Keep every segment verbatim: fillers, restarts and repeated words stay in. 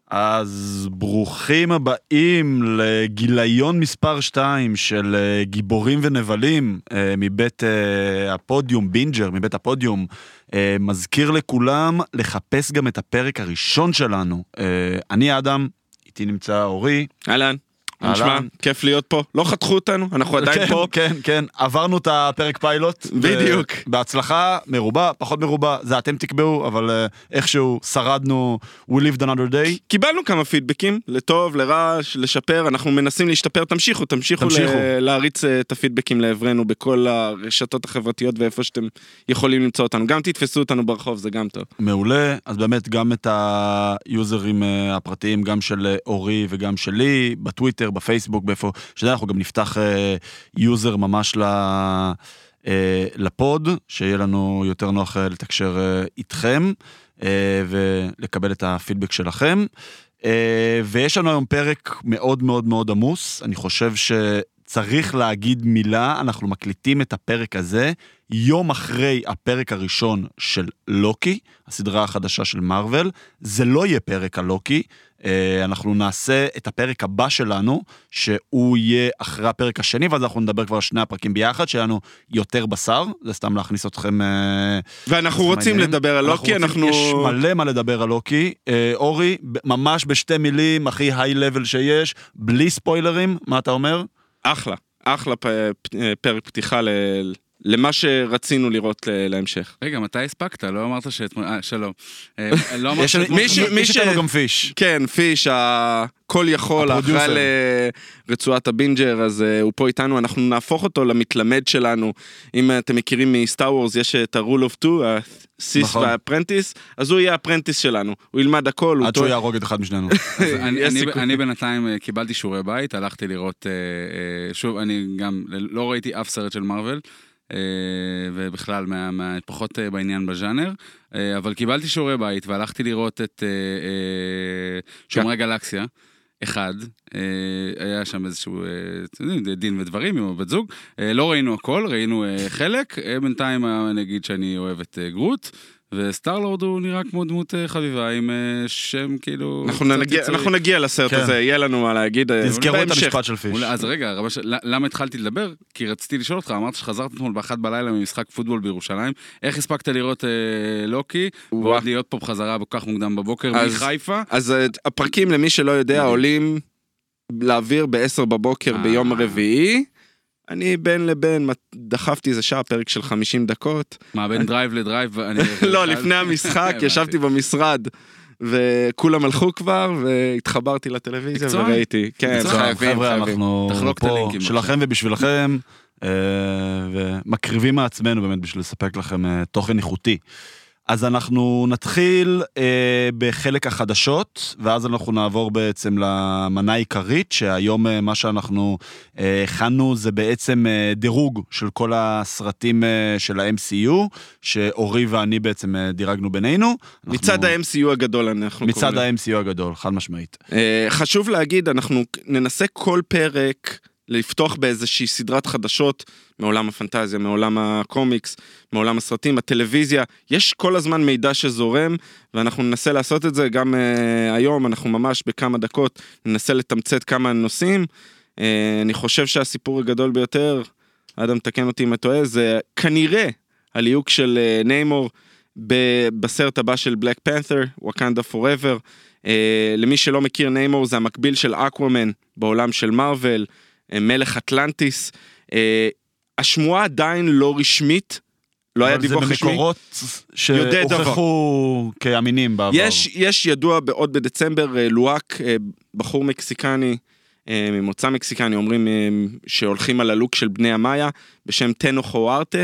אז ברוכים הבאים לגיליון מספר שתיים של גיבורים ונבלים מבית הפודיום, בינג'ר, מבית הפודיום. מזכיר לכולם לחפש גם את הפרק הראשון שלנו. אני אדם, איתי נמצא אורי. אהלן. נשמע, כיף להיות פה. לא חתכו אותנו, אנחנו עדיין פה. כן, כן, עברנו את הפרק פיילוט. בדיוק. בהצלחה, מרובה, פחות מרובה, זה אתם תקבעו, אבל איכשהו שרדנו, we lived another day. קיבלנו כמה פידבקים, לטוב, לרע, לשפר, אנחנו מנסים להשתפר, תמשיכו, תמשיכו להריץ את הפידבקים לעברנו בכל הרשתות החברתיות ואיפה שאתם יכולים למצוא אותנו. גם תתפסו אותנו ברחוב, זה גם טוב. מעולה, אז באמת גם את היוזרים הפרטיים, גם של אורי וגם שלי, בטוויטר, בפייסבוק, באיפה, שזה אנחנו גם נפתח יוזר ממש לפוד, שיהיה לנו יותר נוח לתקשר איתכם, ולקבל את הפידבק שלכם. ויש לנו היום פרק מאוד מאוד מאוד עמוס, אני חושב שצריך להגיד מילה, אנחנו מקליטים את הפרק הזה, יום אחרי הפרק הראשון של לוקי, הסדרה החדשה של מארוול, זה לא יהיה פרק הלוקי, אנחנו נעשה את הפרק הבא שלנו, שהוא יהיה אחרי הפרק השני, ואז אנחנו נדבר כבר שני הפרקים ביחד, שלנו יותר בשר, זה סתם להכניס אתכם. ואנחנו רוצים לדבר על לוקי, אנחנו... יש מלא מה לדבר על לוקי. אורי, ממש בשתי מילים, הכי היי-לבל שיש, בלי ספוילרים, מה אתה אומר? אחלה, אחלה פרק פתיחה ל... למה שרצינו לראות להמשך. רגע, מתי הספקת? לא אמרת שאתמול... אה, שלום. יש איתנו גם פיש. כן, פיש, הכל יכול, אחרי לרצועת הבינג'ר, אז הוא פה איתנו, אנחנו נהפוך אותו למתלמד שלנו. אם אתם מכירים מסטאר וורס, יש את ה-Rule of Two, הסיס והפרנטיס, אז הוא יהיה הפרנטיס שלנו. הוא ילמד הכל. עד שהוא יהרוג את אחד משנינו. אני בינתיים קיבלתי שיעורי בית, הלכתי לראות, שוב, אני גם לא ראיתי אף סרט של מארוול, ובכלל פחות בעניין בז'אנר, אבל קיבלתי שיעורי בית והלכתי לראות את שומרי גלקסיה אחד, היה שם איזשהו דין ודברים עם הבת זוג, לא ראינו הכל, ראינו חלק, בינתיים אני אגיד שאני אוהב את גרוט, וסטארלורד הוא נראה כמו דמות חביבה עם שם כאילו... אנחנו נגיע לסרט הזה, יהיה לנו מה להגיד. תזכרו את המשפט של פיש. אז רגע, למה התחלתי לדבר? כי רציתי לשאול אותך, אמרת שחזרת אתמול באחת בלילה ממשחק פוטבול בירושלים, איך הספקת לראות לוקי, ועוד להיות פה בחזרה כל כך מוקדם בבוקר מחיפה? אז הפרקים למי שלא יודע עולים להעביר בעשר בבוקר ביום רביעי, אני בין לבין דחפתי איזה שעה, פרק של חמישים דקות. מה, בין דרייב לדרייב? לא, לפני המשחק, ישבתי במשרד, וכולם הלכו כבר, והתחברתי לטלוויזיה וראיתי. כן, חבר'ה, אנחנו פה שלכם ובשבילכם, ומקריבים מעצמנו באמת בשביל לספק לכם תוכן איכותי. אז אנחנו נתחיל אה, בחלק החדשות, ואז אנחנו נעבור בעצם למנה העיקרית, שהיום אה, מה שאנחנו אה, הכנו זה בעצם אה, דירוג של כל הסרטים אה, של ה-אם סי יו, שאורי ואני בעצם אה, דירגנו בינינו. מצד אנחנו... ה-אם סי יו הגדול אנחנו מצד קוראים. מצד ה-אם סי יו הגדול, חד משמעית. אה, חשוב להגיד, אנחנו ננסה כל פרק... לפתוח באיזושהי סדרת חדשות מעולם הפנטזיה, מעולם הקומיקס, מעולם הסרטים, הטלוויזיה, יש כל הזמן מידע שזורם, ואנחנו ננסה לעשות את זה גם uh, היום, אנחנו ממש בכמה דקות ננסה לתמצת כמה נושאים, uh, אני חושב שהסיפור הגדול ביותר, אדם תקן אותי אם אתה טועה, זה כנראה הליהוק של uh, ניימור ב- בסרט הבא של בלק פנת'ר, וואקנדה פוראבר, uh, למי שלא מכיר ניימור זה המקביל של אקוואמן בעולם של מארוול, מלך אטלנטיס, השמועה עדיין לא רשמית, לא היה דיווח רשמי. אבל זה במקורות שהוכחו כאמינים בעבר. יש, יש ידוע בעוד בדצמבר, לואק, בחור מקסיקני, ממוצא מקסיקני, אומרים שהולכים על הלוק של בני המאיה, בשם טנו חוארטה,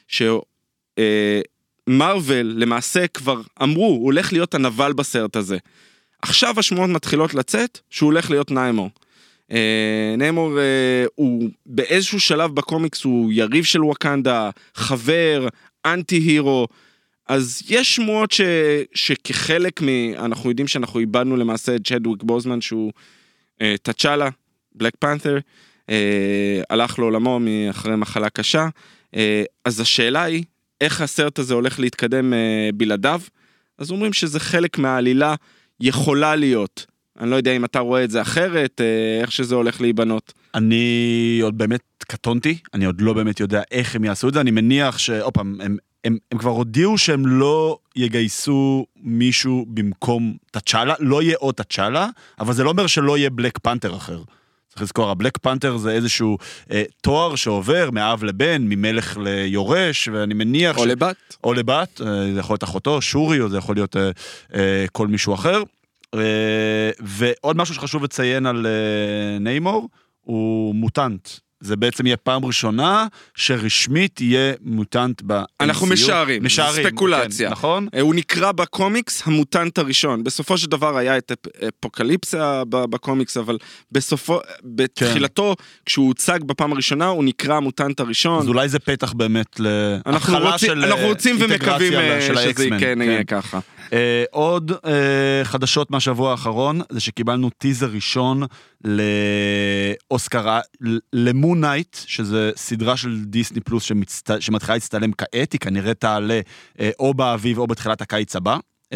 שמרוול למעשה כבר אמרו, הוא הולך להיות הנבל בסרט הזה. עכשיו השמועות מתחילות לצאת, שהוא הולך להיות ניימור. ניימור הוא באיזשהו שלב בקומיקס הוא יריב של וואקנדה, חבר, אנטי הירו, אז יש שמועות ש... שכחלק מ... אנחנו יודעים שאנחנו איבדנו למעשה את צ'דוויק בוזמן שהוא תצ'אלה, בלק פנת'ר, הלך לעולמו מאחרי מחלה קשה, אז השאלה היא איך הסרט הזה הולך להתקדם בלעדיו, אז אומרים שזה חלק מהעלילה יכולה להיות אני לא יודע אם אתה רואה את זה אחרת, איך שזה הולך להיבנות. אני עוד באמת קטונתי, אני עוד לא באמת יודע איך הם יעשו את זה, אני מניח שאופ, הם, הם, הם, הם כבר הודיעו שהם לא יגייסו מישהו במקום תצ'אלה, לא יהיה עוד תצ'אלה, אבל זה לא אומר שלא יהיה בלק פנתר אחר. צריך לזכור, הבלק פנתר זה איזשהו אה, תואר שעובר מאב לבן, ממלך ליורש, ואני מניח... או ש... לבת. או לבת, אה, זה יכול להיות אחותו, שורי, או זה יכול להיות אה, אה, כל מישהו אחר. אה, ועוד משהו שחשוב לציין על אה, ניימור, הוא מוטנט. זה בעצם יהיה פעם ראשונה שרשמית יהיה מוטנט ב-אם סי יו. אנחנו משערים, משערים, ספקולציה. כן, נכון? הוא נקרא בקומיקס המוטנט הראשון. בסופו של דבר היה את אפוקליפסיה בקומיקס, אבל בסופו, בתחילתו, כשהוא הוצג בפעם הראשונה, הוא נקרא המוטנט הראשון. אז אולי זה פתח באמת להתחלה של אנחנו רוצים ומקווים שזה כן יהיה ככה. עוד חדשות מהשבוע האחרון, זה שקיבלנו טיזר ראשון לאוסקר, למון נייט, שזה סדרה של דיסני פלוס שמתחילה להצטלם כעת, היא כנראה תעלה או באביב או בתחילת הקיץ הבא.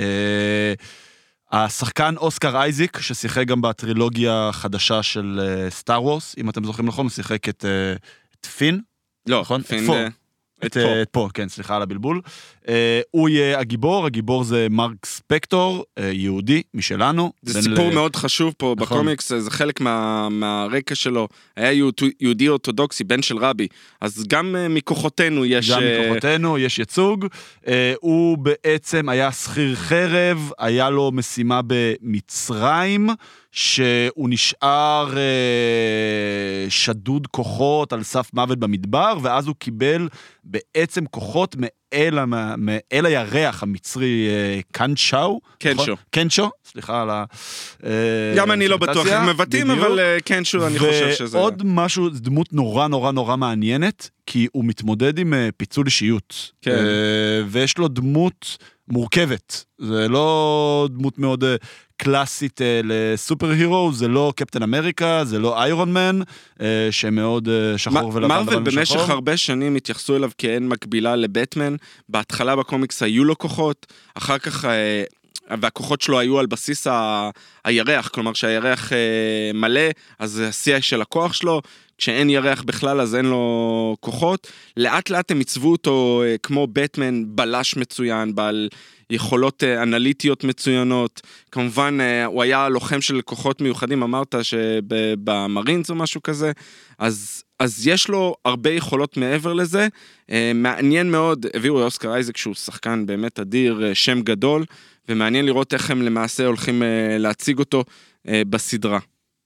השחקן אוסקר אייזיק, ששיחק גם בטרילוגיה החדשה של סטאר וורס, אם אתם זוכרים נכון, הוא שיחק את, את פין. לא, נכון? פין את פור. זה... את, את פה, כן, סליחה על הבלבול. Uh, הוא יהיה הגיבור, הגיבור זה מרק ספקטור, uh, יהודי, משלנו. זה סיפור ל... מאוד חשוב פה נכון. בקומיקס, זה חלק מה, מהרקע שלו. היה יהודי, יהודי אורתודוקסי, בן של רבי, אז גם uh, מכוחותינו יש... גם uh... מכוחותינו יש ייצוג. Uh, הוא בעצם היה שכיר חרב, היה לו משימה במצרים, שהוא נשאר uh, שדוד כוחות על סף מוות במדבר, ואז הוא קיבל בעצם כוחות מאל, מאל הירח המצרי קנצ'או. קנצ'ו. קנצ'ו, סליחה על ה... גם אני לא בטוח איך מבטאים, אבל קנצ'ו אני חושב שזה... ועוד משהו, דמות נורא נורא נורא מעניינת, כי הוא מתמודד עם פיצול אישיות. כן. ויש לו דמות מורכבת. זה לא דמות מאוד... קלאסית לסופר הירו, זה לא קפטן אמריקה, זה לא איירון מן, שמאוד שחור ולבן. מרוול במשך הרבה שנים התייחסו אליו כאין מקבילה לבטמן, בהתחלה בקומיקס היו לו כוחות, אחר כך, והכוחות שלו היו על בסיס ה... הירח, כלומר שהירח מלא, אז זה השיא של הכוח שלו, כשאין ירח בכלל אז אין לו כוחות, לאט לאט הם עיצבו אותו כמו בטמן, בלש מצוין, בעל יכולות אנליטיות מצוינות, כמובן הוא היה לוחם של כוחות מיוחדים, אמרת שבמרינס או משהו כזה, אז, אז יש לו הרבה יכולות מעבר לזה, מעניין מאוד, הביאו אוסקר אייזק שהוא שחקן באמת אדיר, שם גדול, ומעניין לראות איך הם למעשה הולכים להציג אותו בסדרה.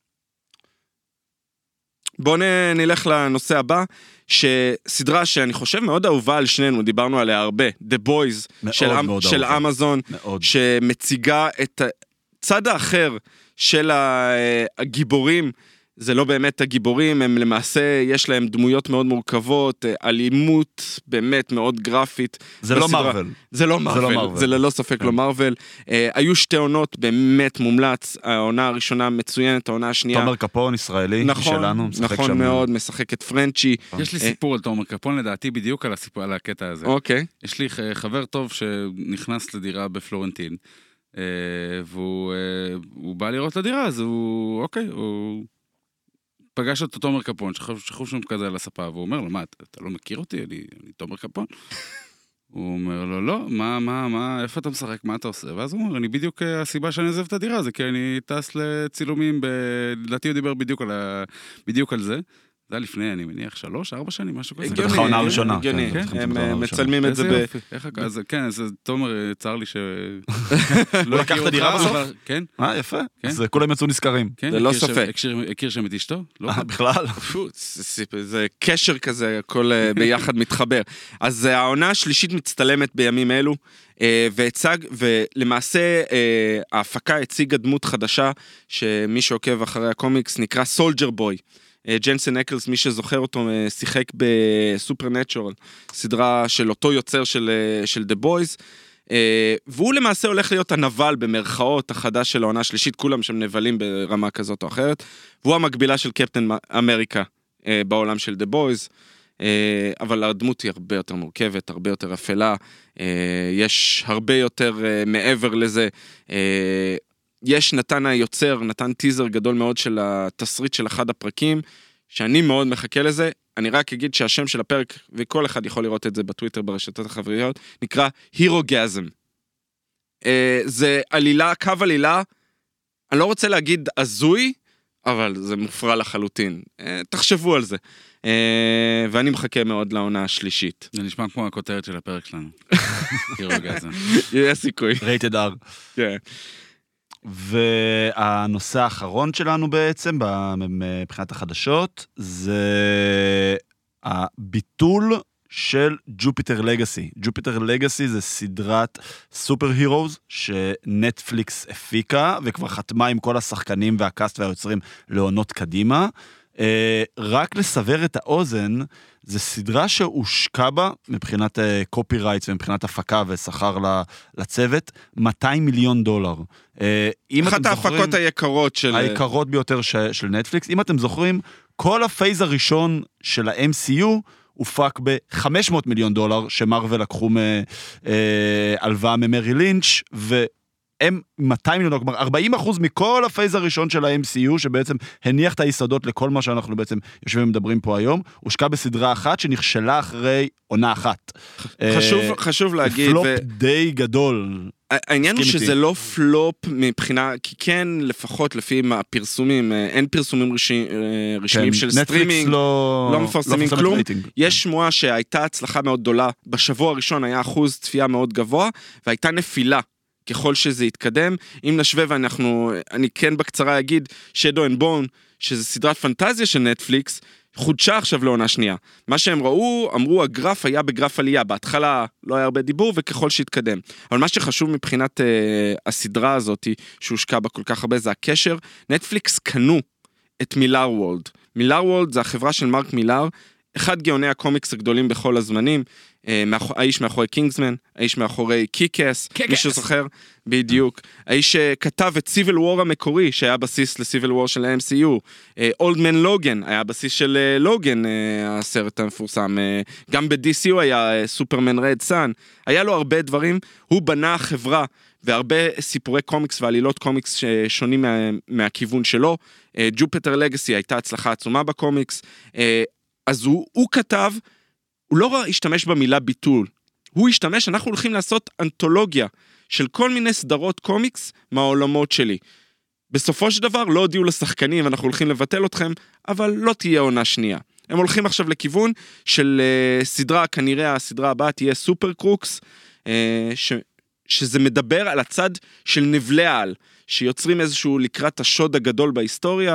בואו נלך לנושא הבא, שסדרה שאני חושב מאוד אהובה על שנינו, דיברנו עליה הרבה, The Boys מאוד, של, מאוד של אמזון, מאוד. שמציגה את הצד האחר של הגיבורים, זה לא באמת הגיבורים, הם למעשה, יש להם דמויות מאוד מורכבות, אלימות באמת מאוד גרפית. זה לא מרוול. זה לא מרוול, זה ללא ספק לא מרוול. היו שתי עונות באמת מומלץ, העונה הראשונה מצוינת, העונה השנייה. תומר קפון, ישראלי, שלנו, משחק שם. נכון מאוד, משחק את פרנצ'י. יש לי סיפור על תומר קפון, לדעתי בדיוק על הסיפור, על הקטע הזה. אוקיי. יש לי חבר טוב שנכנס לדירה בפלורנטין, והוא בא לראות לדירה, אז הוא, אוקיי, הוא... פגש אותו תומר קפון, שחשוב שם כזה על הספה, והוא אומר לו, מה, אתה, אתה לא מכיר אותי? אני, אני תומר קפון? הוא אומר לו, לא, מה, מה, מה, איפה אתה משחק, מה אתה עושה? ואז הוא אומר, אני בדיוק, הסיבה שאני עוזב את הדירה, זה כי אני טס לצילומים, ב... לדעתי הוא דיבר בדיוק על, ה... בדיוק על זה, זה היה לפני, אני מניח, שלוש, ארבע שנים, משהו כזה. בטח העונה הראשונה. הגיוני, הם מצלמים את זה ב... אז כן, אז תומר, צר לי ש... הוא לקח את הדירה בסוף? כן. אה, יפה. אז כולם יצאו נזכרים. זה לא ספק. הכיר שם את אשתו? בכלל. זה קשר כזה, הכל ביחד מתחבר. אז העונה השלישית מצטלמת בימים אלו, והצג, ולמעשה ההפקה הציגה דמות חדשה, שמי שעוקב אחרי הקומיקס נקרא סולג'ר בוי. ג'נסן אקלס, מי שזוכר אותו, שיחק בסופרנטורל, סדרה של אותו יוצר של, של The Boys, והוא למעשה הולך להיות הנבל במרכאות החדש של העונה השלישית, כולם שם נבלים ברמה כזאת או אחרת, והוא המקבילה של קפטן אמריקה בעולם של The Boys, אבל הדמות היא הרבה יותר מורכבת, הרבה יותר אפלה, יש הרבה יותר מעבר לזה, יש נתן היוצר, נתן טיזר גדול מאוד של התסריט של אחד הפרקים, שאני מאוד מחכה לזה, אני רק אגיד שהשם של הפרק, וכל אחד יכול לראות את זה בטוויטר ברשתות החבריות, נקרא הירוגזם. זה עלילה, קו עלילה, אני לא רוצה להגיד הזוי, אבל זה מופרע לחלוטין. תחשבו על זה. ואני מחכה מאוד לעונה השלישית. זה נשמע כמו הכותרת של הפרק שלנו. הירוגזם. יש סיכוי. רייטד אר. כן. והנושא האחרון שלנו בעצם, מבחינת החדשות, זה הביטול של ג'ופיטר לגאסי. ג'ופיטר לגאסי זה סדרת סופר הירוז שנטפליקס הפיקה, וכבר חתמה עם כל השחקנים והקאסט והיוצרים לעונות קדימה. רק לסבר את האוזן, זה סדרה שהושקע בה, מבחינת קופי רייטס ומבחינת הפקה ושכר לצוות, מאתיים מיליון דולר. אחת ההפקות היקרות של... היקרות ביותר של נטפליקס. אם אתם זוכרים, כל הפייז הראשון של ה-אם סי יו, הופק ב-חמש מאות מיליון דולר, שמרוול לקחו מהלוואה ממרי לינץ', והם מאתיים מיליון דולר, כלומר ארבעים אחוז מכל הפייז הראשון של ה-אם סי יו, שבעצם הניח את היסודות לכל מה שאנחנו בעצם יושבים ומדברים פה היום, הושקע בסדרה אחת שנכשלה אחרי עונה אחת. חשוב, חשוב להגיד... פלופ די גדול. העניין הוא שזה לא פלופ מבחינה, כי כן, לפחות לפי הפרסומים, אין פרסומים רשמיים של סטרימינג, לא מפרסמים כלום. יש שמועה שהייתה הצלחה מאוד גדולה, בשבוע הראשון היה אחוז צפייה מאוד גבוה, והייתה נפילה ככל שזה יתקדם. אם נשווה ואנחנו, אני כן בקצרה אגיד, Shadow and Bone, שזה סדרת פנטזיה של נטפליקס, חודשה עכשיו לעונה שנייה. מה שהם ראו, אמרו, הגרף היה בגרף עלייה, בהתחלה לא היה הרבה דיבור, וככל שהתקדם. אבל מה שחשוב מבחינת אה, הסדרה הזאת, שהושקע בה כל כך הרבה, זה הקשר. נטפליקס קנו את מילר וולד. מילר וולד זה החברה של מרק מילר, אחד גאוני הקומיקס הגדולים בכל הזמנים, אה, מאח... האיש מאחורי קינגסמן, האיש מאחורי קיקס, מישהו זוכר, בדיוק. האיש שכתב את סיביל וור המקורי, שהיה בסיס לסיביל וור של ה-אם סי יו. אולדמן לוגן, היה בסיס של לוגן, הסרט המפורסם. גם ב-די סי הוא היה סופרמן רד סאן. היה לו הרבה דברים, הוא בנה חברה, והרבה סיפורי קומיקס ועלילות קומיקס ששונים מה, מהכיוון שלו. ג'ופיטר לגאסי הייתה הצלחה עצומה בקומיקס. אז הוא, הוא כתב, הוא לא השתמש במילה ביטול, הוא השתמש, אנחנו הולכים לעשות אנתולוגיה של כל מיני סדרות קומיקס מהעולמות שלי. בסופו של דבר לא הודיעו לשחקנים, אנחנו הולכים לבטל אתכם, אבל לא תהיה עונה שנייה. הם הולכים עכשיו לכיוון של uh, סדרה, כנראה הסדרה הבאה תהיה סופר קרוקס, uh, ש, שזה מדבר על הצד של נבלי העל, שיוצרים איזשהו לקראת השוד הגדול בהיסטוריה,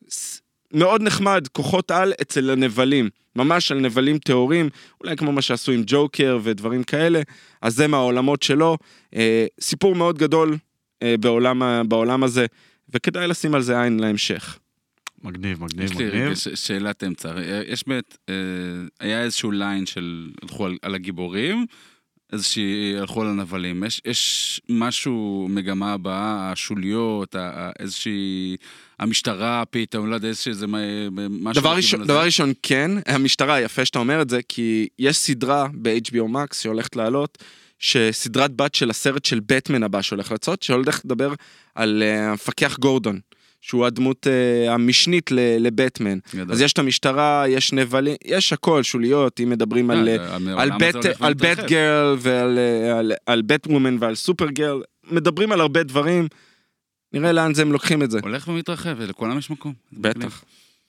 מאוד נחמד, כוחות על אצל הנבלים, ממש על נבלים תיאורים, אולי כמו מה שעשו עם ג'וקר ודברים כאלה, אז זה מהעולמות שלו, אה, סיפור מאוד גדול אה, בעולם, בעולם הזה, וכדאי לשים על זה עין להמשך. מגניב, מגניב, יש לי מגניב. ש- שאלת אמצע, יש באמת, אה, היה איזשהו ליין של, הלכו על, על הגיבורים, איזושהי, הלכו על הנבלים, יש, יש משהו, מגמה הבאה, השוליות, ה- ה- איזושהי, המשטרה פתאום, לא יודע, איזושהי, זה משהו... דבר ראשון, דבר ראשון, כן, המשטרה, יפה שאתה אומר את זה, כי יש סדרה ב-אייץ' בי או Max שהולכת לעלות, שסדרת בת של הסרט של בטמן הבא שהולך לצאת, שהולך לדבר על המפקח uh, גורדון, שהוא הדמות uh, המשנית לבטמן. אז יש את המשטרה, יש נבלים, יש הכל, שוליות, אם מדברים על, על, בט, על בט גרל ועל על, על בט וומן ועל סופר גרל, מדברים על הרבה דברים, נראה לאן זה הם לוקחים את זה. הולך ומתרחב, ולכולם יש מקום. בטח.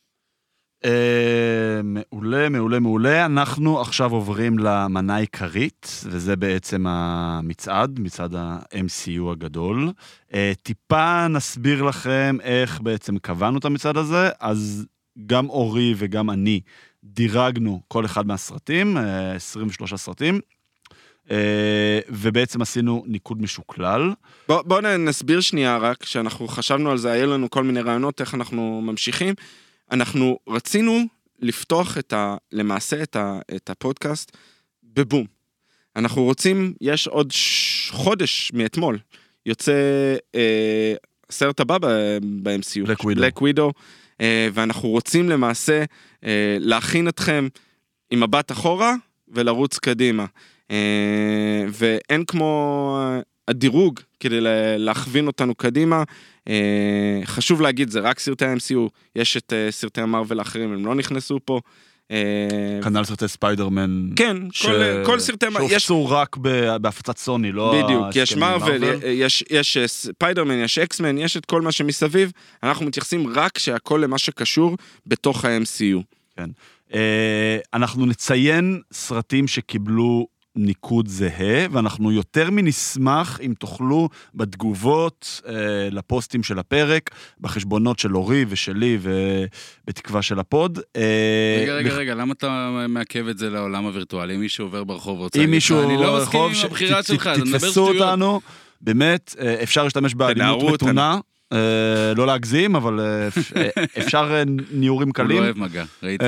מעולה, מעולה, מעולה. אנחנו עכשיו עוברים למנה העיקרית, וזה בעצם המצעד, מצעד ה-אם סי יו הגדול. טיפה נסביר לכם איך בעצם קבענו את המצעד הזה, אז גם אורי וגם אני דירגנו כל אחד מהסרטים, עשרים ושלושה סרטים, ובעצם עשינו ניקוד משוקלל. בוא, בוא נסביר שנייה רק, שאנחנו חשבנו על זה, היה לנו כל מיני רעיונות, איך אנחנו ממשיכים. אנחנו רצינו לפתוח את ה, למעשה את, ה, את הפודקאסט בבום. אנחנו רוצים, יש עוד ש... חודש מאתמול, יוצא אה, סרט הבא ב-אם סי יו, Black Widow. Black Widow, אה, ואנחנו רוצים למעשה אה, להכין אתכם עם מבט אחורה ולרוץ קדימה. אה, ואין כמו, הדירוג, כדי להכווין אותנו קדימה, חשוב להגיד, זה רק סרטי ה-אם סי יו, יש את סרטי המרוול האחרים, הם לא נכנסו פה. כנ"ל סרטי ספיידרמן. כן, כל סרטי... שהופצו רק בהפצת סוני, לא... בדיוק, יש מרוול, יש ספיידרמן, יש אקסמן, יש את כל מה שמסביב, אנחנו מתייחסים רק שהכל למה שקשור בתוך ה-אם סי יו. כן. אנחנו נציין סרטים שקיבלו ניקוד זהה, ואנחנו יותר מנשמח אם תוכלו בתגובות אה, לפוסטים של הפרק, בחשבונות של אורי ושלי ובתקווה של הפוד. אה, רגע, רגע, רגע, למה אתה מעכב את זה לעולם הווירטואלי? אם מישהו עובר ברחוב רוצה... אם מישהו אני לא מסכים ברחוב, עם הבחירה ת, שלך, ת, תתפסו אותנו, באמת, אפשר להשתמש באלימות מתונה, אה, לא להגזים, אבל אפשר ניורים קלים. הוא לא אוהב מגע, ראיתי.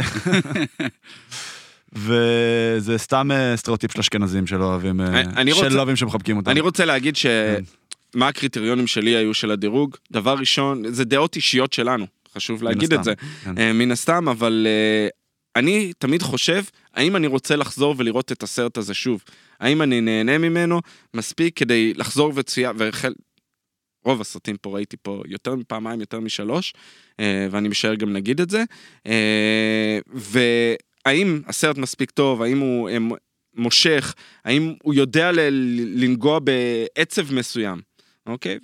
וזה סתם סטריאוטיפ של אשכנזים שלא אוהבים, של אוהבים שמחבקים אותם. אני רוצה להגיד שמה הקריטריונים שלי היו של הדירוג, דבר ראשון, זה דעות אישיות שלנו, חשוב להגיד את זה, מן הסתם, אבל אני תמיד חושב, האם אני רוצה לחזור ולראות את הסרט הזה שוב? האם אני נהנה ממנו מספיק כדי לחזור וצויה, רוב הסרטים פה ראיתי פה יותר מפעמיים, יותר משלוש, ואני משער גם נגיד את זה, ו... האם הסרט מספיק טוב, האם הוא מושך, האם הוא יודע לנגוע בעצב מסוים, אוקיי?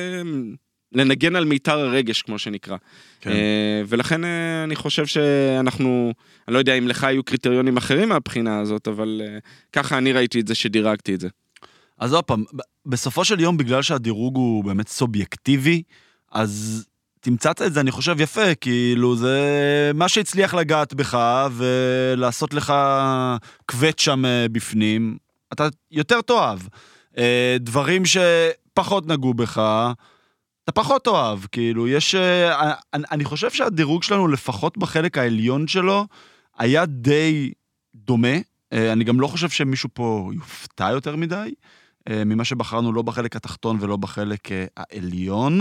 ולנגן על מיתר הרגש, כמו שנקרא. כן. ולכן אני חושב שאנחנו, אני לא יודע אם לך היו קריטריונים אחרים מהבחינה הזאת, אבל ככה אני ראיתי את זה שדירגתי את זה. אז עוד פעם, בסופו של יום, בגלל שהדירוג הוא באמת סובייקטיבי, אז... תמצאת את זה, אני חושב, יפה, כאילו, זה מה שהצליח לגעת בך, ולעשות לך כבט שם בפנים, אתה יותר תאהב. דברים שפחות נגעו בך, אתה פחות תאהב, כאילו, יש... אני, אני חושב שהדירוג שלנו, לפחות בחלק העליון שלו, היה די דומה. אני גם לא חושב שמישהו פה יופתע יותר מדי, ממה שבחרנו לא בחלק התחתון ולא בחלק העליון.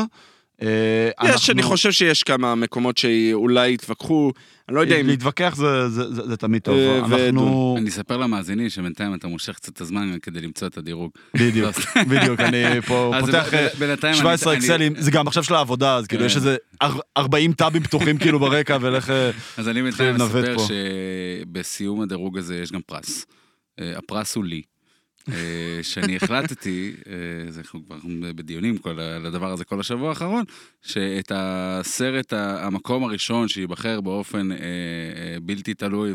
יש, אני חושב שיש כמה מקומות שאולי יתווכחו, אני לא יודע אם... להתווכח זה תמיד טוב. אני אספר למאזיני שבינתיים אתה מושך קצת את הזמן כדי למצוא את הדירוג. בדיוק, בדיוק, אני פה פותח שבע עשרה אקסלים, זה גם עכשיו של העבודה, אז כאילו יש איזה ארבעים טאבים פתוחים כאילו ברקע, ולך... אז אני בינתיים אספר שבסיום הדירוג הזה יש גם פרס. הפרס הוא לי. שאני החלטתי, זה כבר בדיונים על הדבר הזה כל השבוע האחרון, שאת הסרט, המקום הראשון שיבחר באופן בלתי תלוי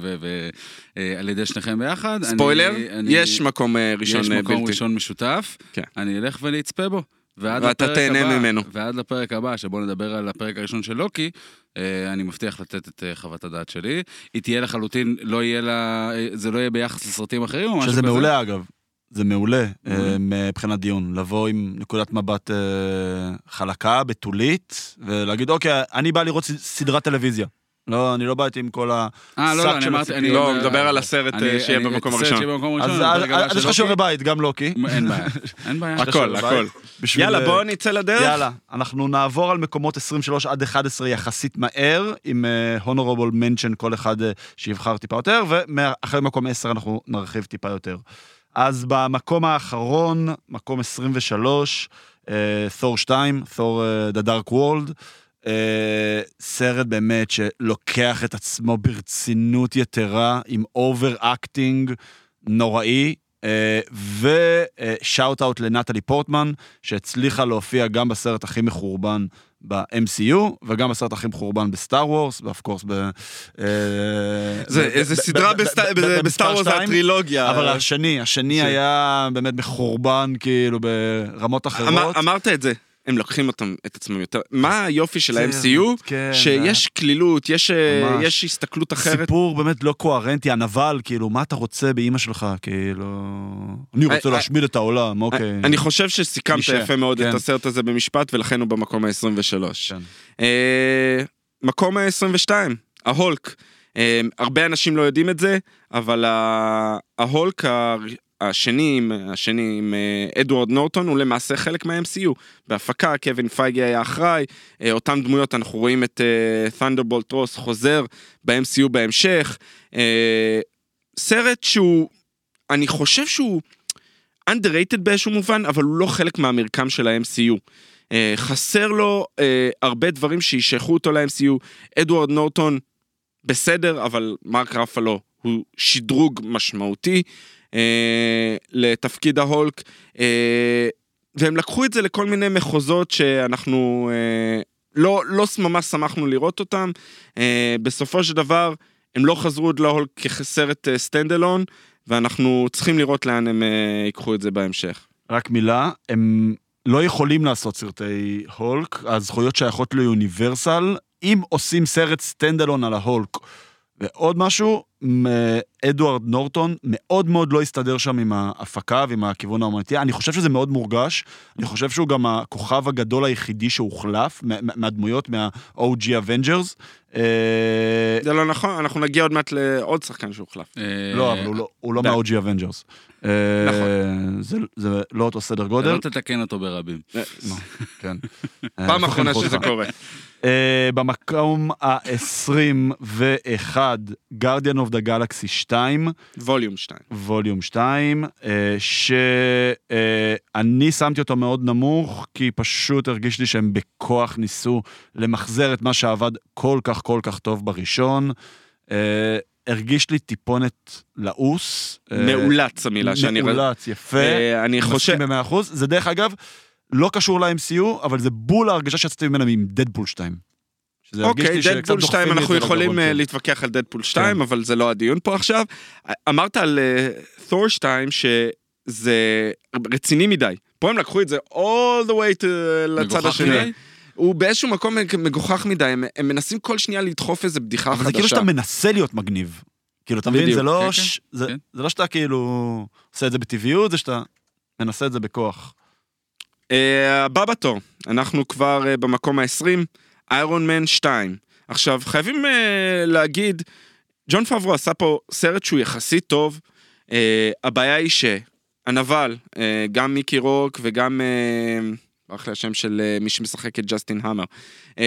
ועל ידי שניכם ביחד, ספוילר, יש מקום ראשון בלתי. יש מקום ראשון משותף, אני אלך ולהצפה בו. ואתה תהנה ממנו. ועד לפרק הבא, שבוא נדבר על הפרק הראשון של לוקי, אני מבטיח לתת את חוות הדעת שלי. היא תהיה לחלוטין, לא יהיה לה, זה לא יהיה ביחס לסרטים אחרים או משהו כזה. שזה מעולה אגב. זה מעולה, מבחינת דיון, לבוא עם נקודת מבט חלקה, בתולית, ולהגיד, אוקיי, אני בא לראות סדרת טלוויזיה. לא, אני לא באתי עם כל השק של הסיפור. לא, מדבר על הסרט שיהיה במקום הראשון. אז יש לך שיעורי בית, גם לוקי. אין בעיה, אין בעיה. הכל, הכל. יאללה, בואו נצא לדרך. יאללה, אנחנו נעבור על מקומות עשרים ושלוש עד אחת עשרה יחסית מהר, עם honorable mention כל אחד שיבחר טיפה יותר, ואחרי מקום עשר אנחנו נרחיב טיפה יותר. אז במקום האחרון, מקום עשרים ושלוש, תור שתיים, תור The Dark World, סרט באמת שלוקח את עצמו ברצינות יתרה, עם אובר-אקטינג נוראי, ושאוט אאוט לנטלי פורטמן, שהצליחה להופיע גם בסרט הכי מחורבן ב-אם סי יו, וגם בסרט הכי מחורבן בסטאר וורס, ואף קורס ב... זה סדרה בסטאר וורס, זה הטרילוגיה. אבל השני, השני היה באמת מחורבן, כאילו, ברמות אחרות. אמרת את זה. הם לוקחים אותם, את עצמם יותר. מה היופי של ה-אם סי יו? שיש כלילות, יש הסתכלות אחרת. סיפור באמת לא קוהרנטי, הנבל, כאילו, מה אתה רוצה באמא שלך? כאילו, אני רוצה להשמיד את העולם, אוקיי. אני חושב שסיכמת יפה מאוד את הסרט הזה במשפט, ולכן הוא במקום ה-עשרים ושלוש. מקום ה-עשרים ושתיים, ההולק. הרבה אנשים לא יודעים את זה, אבל ההולק השני, השני עם אדוארד נורטון, הוא למעשה חלק מה-אם סי יו. בהפקה, קווין פייגי היה אחראי, אותם דמויות, אנחנו רואים את Thunderbolt Ross חוזר ב-אם סי יו בהמשך. סרט שהוא, אני חושב שהוא, underrated באיזשהו מובן, אבל הוא לא חלק מהמרקם של ה-אם סי יו. חסר לו הרבה דברים שישייכו אותו ל-אם סי יו. אדוארד נורטון בסדר, אבל מרק רפלו הוא שדרוג משמעותי לתפקיד ההולק, והם לקחו את זה לכל מיני מחוזות שאנחנו לא, לא ממש שמחנו לראות אותם. בסופו של דבר, הם לא חזרו עוד להולק כסרט סטנדלון, ואנחנו צריכים לראות לאן הם ייקחו את זה בהמשך. רק מילה, הם לא יכולים לעשות סרטי הולק, הזכויות שייכות ליוניברסל, אם עושים סרט סטנדלון על ההולק. ועוד משהו, אדוארד נורטון מאוד מאוד לא הסתדר שם עם ההפקה ועם הכיוון האומנותי. אני חושב שזה מאוד מורגש, אני חושב שהוא גם הכוכב הגדול היחידי שהוחלף, מהדמויות, מה-או ג'י Avengers. זה לא נכון, אנחנו נגיע עוד מעט לעוד שחקן שהוחלף. לא, אבל הוא לא מה-או ג'י Avengers. נכון. זה לא אותו סדר גודל. לא תתקן אותו ברבים. כן. פעם אחרונה שזה קורה. במקום ה-עשרים ואחת, Guardian of the Galaxy שתיים. ווליום שתיים. ווליום שתיים, שאני שמתי אותו מאוד נמוך, כי פשוט הרגיש לי שהם בכוח ניסו למחזר את מה שעבד כל כך כל כך טוב בראשון. הרגיש לי טיפונת לעוס. מאולץ המילה שאני... מאולץ, יפה. אני חושב... מסכים ב-מאה אחוז. זה דרך אגב, לא קשור ל-אם סי יו, אבל זה בול ההרגשה שיצאתי ממנה עם דדפול שתיים. אוקיי, דדפול שתיים, אנחנו יכולים להתווכח על דדפול שתיים, אבל זה לא הדיון פה עכשיו. אמרת על תור שתיים שזה רציני מדי. פה הם לקחו את זה all the way לצד השני. הוא באיזשהו מקום מגוחך מדי, הם מנסים כל שנייה לדחוף איזה בדיחה חדשה. אבל זה כאילו שאתה מנסה להיות מגניב. כאילו, אתה מבין, זה לא שאתה כאילו עושה את זה בטבעיות, זה שאתה מנסה את זה בכוח. הבא בתור, אנחנו כבר במקום ה-עשרים, איירון מן שתיים. עכשיו, חייבים uh, להגיד, ג'ון פאברו עשה פה סרט שהוא יחסית טוב, uh, הבעיה היא שהנבל, uh, גם מיקי רוק וגם, uh, אחלה השם של uh, מי שמשחק את ג'סטין המר, uh,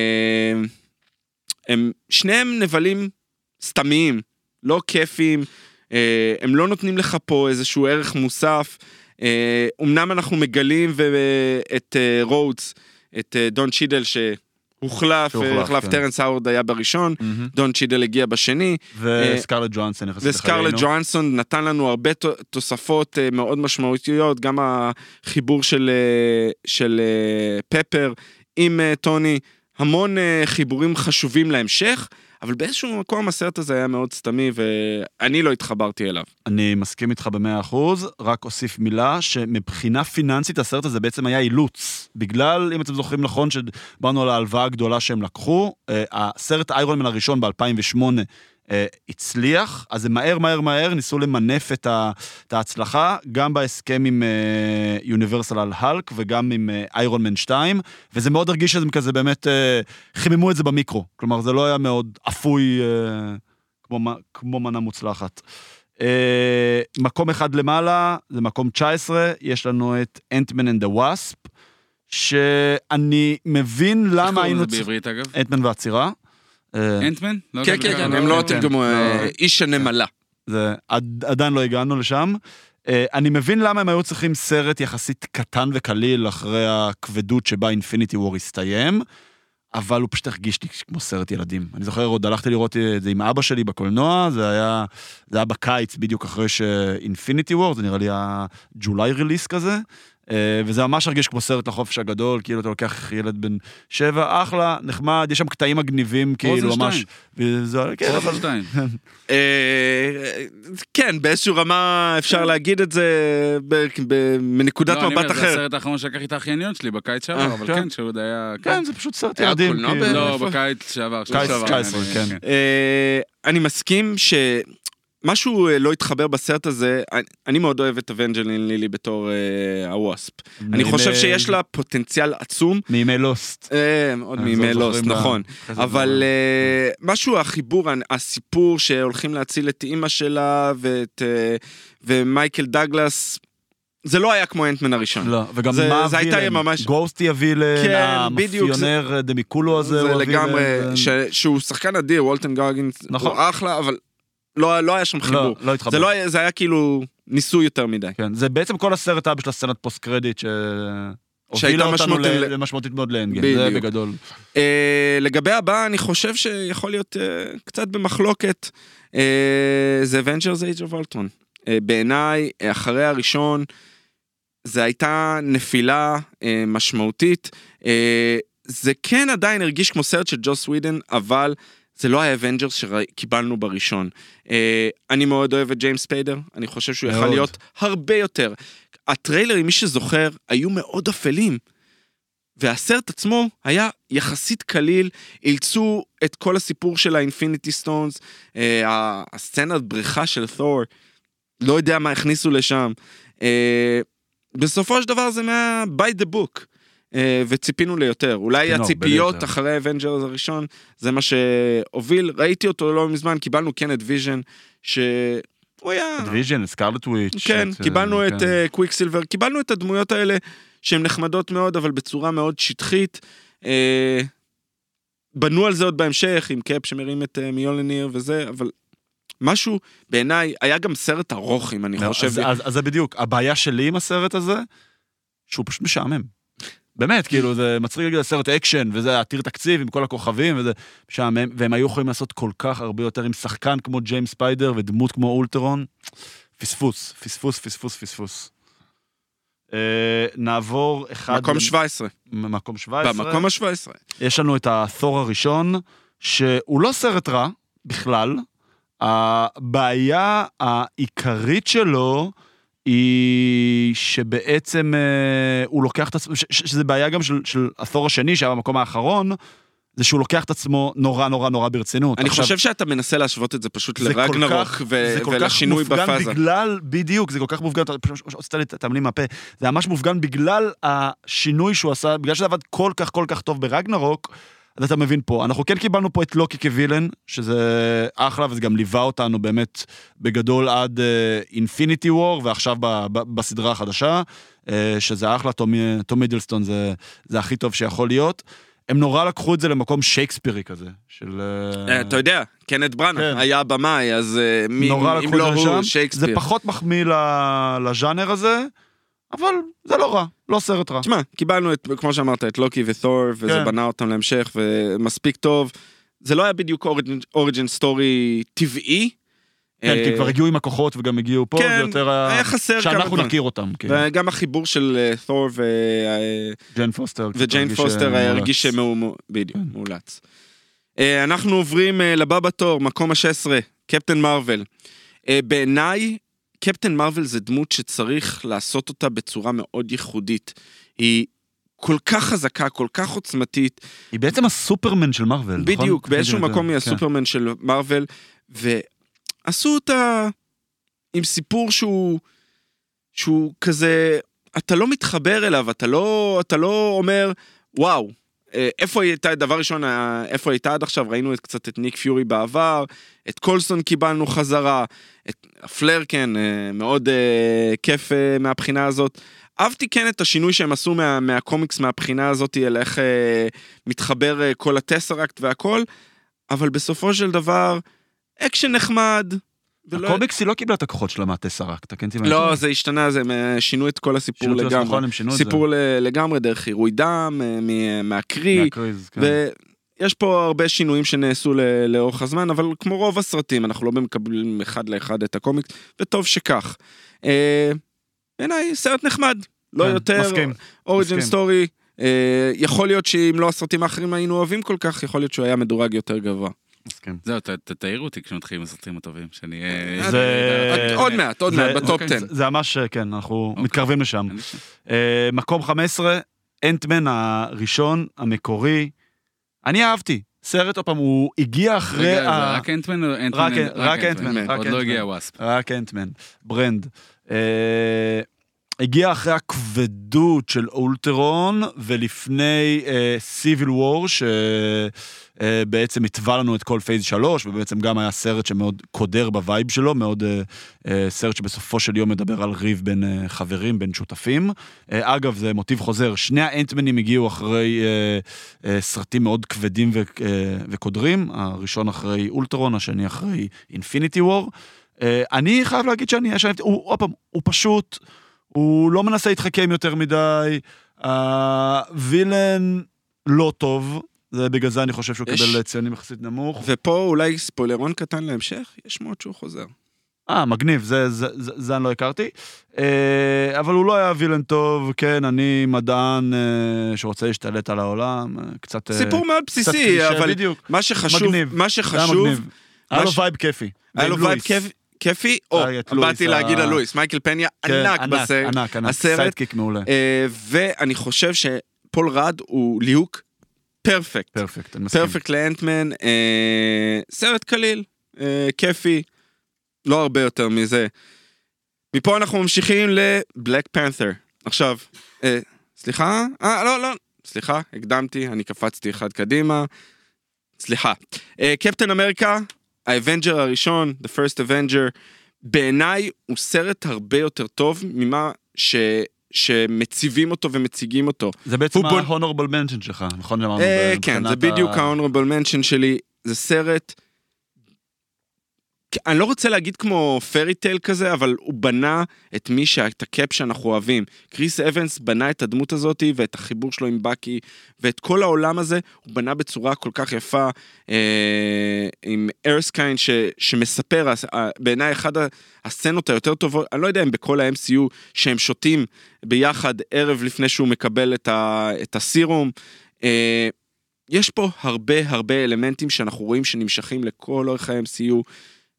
הם שניהם נבלים סתמיים, לא כיפים, uh, הם לא נותנים לך פה איזשהו ערך מוסף, uh, אמנם אנחנו מגלים את uh, רודס, את uh, דון צ'ידל ש... הוחלף, הוחלף, טרנס האוורד היה בראשון, דון צ'ידל הגיע בשני. וסקרלט ג'ואנסון. וסקרלט ג'ואנסון נתן לנו הרבה תוספות מאוד משמעותיות, גם החיבור של פפר עם טוני, המון חיבורים חשובים להמשך, אבל באיזשהו מקום הסרט הזה היה מאוד סתמי, ואני לא התחברתי אליו. אני מסכים איתך במאה אחוז, רק אוסיף מילה, שמבחינה פיננסית הסרט הזה בעצם היה אילוץ, בגלל, אם אתם זוכרים נכון, שבאנו על ההלוואה הגדולה שהם לקחו, הסרט איירון מן הראשון ב-אלפיים ושמונה הצליח, אז זה מהר מהר מהר ניסו למנף את, ה, את ההצלחה, גם בהסכם עם יוניברסל על הלק, וגם עם איירון מן שתיים, וזה מאוד הרגיש שזה כזה באמת, חיממו את זה במיקרו, כלומר זה לא היה מאוד אפוי כמו, כמו מנה מוצלחת. מקום אחד למעלה, זה מקום תשע עשרה, יש לנו את אנטמן אנד הוואספ, שאני מבין למה היינו... איך קוראים לזה בעברית אגב? אנטמן והצירה. אנטמן? כן, כן, כן, הם לא תרגמו איש הנמלה. זה, עדיין לא הגענו לשם. אני מבין למה הם היו צריכים סרט יחסית קטן וקליל אחרי הכבדות שבה אינפיניטי וור הסתיים, אבל הוא פשוט הרגיש לי כמו סרט ילדים. אני זוכר, עוד הלכתי לראות את זה עם אבא שלי בקולנוע, זה היה, זה היה בקיץ בדיוק אחרי שאינפיניטי וור, זה נראה לי הג'ולי ריליס כזה, וזה ממש הרגיש כמו סרט לחופש הגדול, כאילו אתה לוקח ילד בן שבע, אחלה, נחמד, יש שם קטעים מגניבים, כאילו ממש... פרוזן שתיים. כן, באיזשהו רמה אפשר להגיד את זה מנקודת מבט אחרת. זה הסרט האחרון שלקח את האחייניות שלי בקיץ שעבר, אבל כן, שהוא היה... כן, זה פשוט סרט ילדים. לא, בקיץ שעבר. קיץ תשע עשרה, כן. אני מסכים ש... משהו לא התחבר בסרט הזה, אני מאוד אוהב את אבנג'לין לילי בתור הוואספ. אני חושב שיש לה פוטנציאל עצום. מימי לוסט. עוד מימי לוסט, נכון. אבל משהו, החיבור, הסיפור שהולכים להציל את אימא שלה ומייקל דאגלס, זה לא היה כמו אנטמן הראשון. לא, וגם מה הווילן, גוסטי הווילן, המאפיונר דמיקולו הזה. זה לגמרי, שהוא שחקן אדיר, וולטן גארגינס, הוא אחלה, אבל לא, לא היה שם חיבור. לא, לא התחבר. זה, לא היה, זה היה כאילו ניסוי יותר מדי. כן, זה בעצם כל הסרט היה בשביל הסצנת פוסט קרדיט, שהובילה אותנו למשמעותית מאוד לאנגן, זה בגדול. אה, לגבי הבא, אני חושב שיכול להיות אה, קצת במחלוקת, אה, זה Avengers Age of Ultron. אה, בעיניי, אחרי הראשון, זה הייתה נפילה אה, משמעותית, אה, זה כן עדיין הרגיש כמו סרט של ג'וס ווידן, אבל זה לא האבנג'רס שקיבלנו בראשון. אה, אני מאוד אוהב את ג'יימס ספיידר, אני חושב שהוא יכול להיות הרבה יותר. הטריילרים, מי שזוכר, היו מאוד אפלים, והסרט עצמו היה יחסית קליל, אילצו את כל הסיפור של האינפיניטי סטונס, אה, הסצנת בריחה של תור, לא יודע מה הכניסו לשם. אה, בסופו של דבר זה מה by the book, וציפינו ליותר. אולי הציפיות אחרי האבנג'רס הראשון, זה מה שהוביל. ראיתי אותו לא מזמן, קיבלנו כן את ויז'ן, שהוא היה... את ויז'ן, את סקארלט וויץ'. כן, קיבלנו את קוויק סילבר, קיבלנו את הדמויות האלה, שהן נחמדות מאוד, אבל בצורה מאוד שטחית. בנו על זה עוד בהמשך, עם קאפ שמרים את מיולניר וזה, אבל... משהו, בעיניי, היה גם סרט ארוך, אם אני חושב. אז זה בדיוק, הבעיה שלי עם הסרט הזה, שהוא פשוט משעמם. באמת, כאילו, זה מצחיק להגיד סרט אקשן, וזה עתיר תקציב עם כל הכוכבים, וזה משעמם, והם היו יכולים לעשות כל כך הרבה יותר עם שחקן כמו ג'יימס ספיידר, ודמות כמו אולטרון. פספוס, פספוס, פספוס, פספוס. נעבור אחד... מקום שבע עשרה. מקום שבע עשרה. במקום ה-שבע עשרה. יש לנו את התור הראשון, שהוא לא סרט רע, בכלל, הבעיה העיקרית שלו היא שבעצם הוא לוקח את עצמו, שזה בעיה גם של, של התור השני שהיה במקום האחרון, זה שהוא לוקח את עצמו נורא נורא נורא ברצינות. אני עכשיו, חושב שאתה מנסה להשוות את זה פשוט לרגנרוק ו- ולשינוי בפאזה. זה כל כך מופגן בגלל, בדיוק, זה כל כך מופגן, הוצאת לי את המילים מהפה, זה ממש מופגן בגלל השינוי שהוא עשה, בגלל שזה עבד כל כך כל כך טוב ברגנרוק, אז אתה מבין פה, אנחנו כן קיבלנו פה את לוקי כווילן, שזה אחלה, וזה גם ליווה אותנו באמת בגדול עד אינפיניטי וור, ועכשיו ב- ב- בסדרה החדשה, uh, שזה אחלה, תום מידלסטון זה, זה הכי טוב שיכול להיות. הם נורא לקחו את זה למקום שייקספירי כזה, של... אתה יודע, קנט ברנה, היה במאי, אז אם לא הוא, שייקספיר. זה פחות מחמיא לז'אנר הזה, אבל זה לא רע, לא סרט רע. תשמע, קיבלנו את, כמו שאמרת, את לוקי ותור, וזה בנה אותם להמשך, ומספיק טוב. זה לא היה בדיוק אוריג'ן סטורי טבעי. כן, כי כבר הגיעו עם הכוחות וגם הגיעו פה, זה יותר... היה חסר כמה שאנחנו נכיר אותם. וגם החיבור של תור ו... ג'יין פוסטר. וג'יין פוסטר הרגיש בדיוק, מאולץ. אנחנו עוברים לבא בתור, מקום ה-שש עשרה, קפטן מרוול. בעיניי, קפטן מרוול זה דמות שצריך לעשות אותה בצורה מאוד ייחודית. היא כל כך חזקה, כל כך עוצמתית. היא בעצם הסופרמן של מרוול, נכון? בדיוק, באיזשהו מקום היא הסופרמן של מרוול, ועשו אותה עם סיפור שהוא, שהוא כזה, אתה לא מתחבר אליו, אתה לא, אתה לא אומר, וואו, איפה היא הייתה, דבר ראשון, איפה היא הייתה עד עכשיו, ראינו את, קצת את ניק פיורי בעבר, את קולסון קיבלנו חזרה, את הפלר, כן, מאוד uh, כיף uh, מהבחינה הזאת. אהבתי כן את השינוי שהם עשו מה, מהקומיקס מהבחינה הזאת, על איך uh, מתחבר uh, כל הטסראקט והכל, אבל בסופו של דבר, אקשן נחמד. הקומיקס היא לא קיבלה את הכוחות שלה מהטסראקט, כן? לא, זה השתנה, זה שינו את כל הסיפור לגמרי. סיפור לגמרי דרך עירוי דם, מהקרי, ויש פה הרבה שינויים שנעשו לאורך הזמן, אבל כמו רוב הסרטים, אנחנו לא מקבלים אחד לאחד את הקומיקס, וטוב שכך. בעיניי, סרט נחמד, לא יותר, אוריג'ן סטורי, יכול להיות שאם לא הסרטים האחרים היינו אוהבים כל כך, יכול להיות שהוא היה מדורג יותר גבוה. זהו, תתאירו אותי כשמתחילים הסרטים הטובים, שאני... עוד מעט, עוד מעט, בטופ עשר. זה ממש, כן, אנחנו מתקרבים לשם. מקום חמש עשרה, אנטמן הראשון, המקורי. אני אהבתי. סרט, עוד פעם, הוא הגיע אחרי... רק אנטמן או אנטמן? רק אנטמן. עוד לא הגיע וואספ. רק אנטמן. ברנד. הגיע אחרי הכבדות של אולטרון, ולפני סיביל וור, שבעצם התווה לנו את כל פייז שלוש, ובעצם גם היה סרט שמאוד קודר בווייב שלו, מאוד uh, סרט שבסופו של יום מדבר על ריב בין uh, חברים, בין שותפים. Uh, אגב, זה מוטיב חוזר, שני האנטמנים הגיעו אחרי uh, uh, סרטים מאוד כבדים ו- uh, וקודרים, הראשון אחרי אולטרון, השני אחרי אינפיניטי וור. Uh, אני חייב להגיד שאני, הוא, הוא, הוא פשוט... הוא לא מנסה להתחכם יותר מדי, הווילן לא טוב, זה בגלל זה אני חושב שהוא יש... קיבל ציונים יחסית נמוך. ופה אולי ספוילרון קטן להמשך, יש מאוד שהוא חוזר. אה, מגניב, זה, זה, זה, זה אני לא הכרתי. אה, אבל הוא לא היה וילן טוב, כן, אני מדען אה, שרוצה להשתלט על העולם, קצת... סיפור מאוד בסיסי, אבל בדיוק. מה שחשוב... מגניב, מה שחשוב... היה לו וייב כיפי. היה לו וייב כיפי. כיפי, או, באתי להגיד על לואיס, מייקל פניה, ענק בסרט, ענק, ענק, סיידקיק מעולה. ואני חושב שפול רד הוא ליהוק פרפקט. פרפקט, אני מסכים. פרפקט לאנטמן, סרט קליל, כיפי, לא הרבה יותר מזה. מפה אנחנו ממשיכים לבלק פנת'ר. עכשיו, סליחה? אה, לא, לא, סליחה, הקדמתי, אני קפצתי אחד קדימה. סליחה. קפטן אמריקה, האבנג'ר הראשון, The First Avenger, בעיניי הוא סרט הרבה יותר טוב ממה ש... שמציבים אותו ומציגים אותו. זה בעצם ה-honorable mention שלך, נכון? כן, זה בדיוק ה-honorable mention שלי, זה סרט... אני לא רוצה להגיד כמו פרי טייל כזה, אבל הוא בנה את מי את הקאפ שאנחנו אוהבים. קריס אבנס בנה את הדמות הזאת, ואת החיבור שלו עם בקי, ואת כל העולם הזה, הוא בנה בצורה כל כך יפה, אה, עם ארסקיין, ש, שמספר, בעיניי אחד הסצנות היותר טובות, אני לא יודע אם בכל ה-אם סי יו, שהם שותים ביחד ערב לפני שהוא מקבל את, ה, את הסירום, אה, יש פה הרבה הרבה אלמנטים שאנחנו רואים שנמשכים לכל אורך ה-אם סי יו,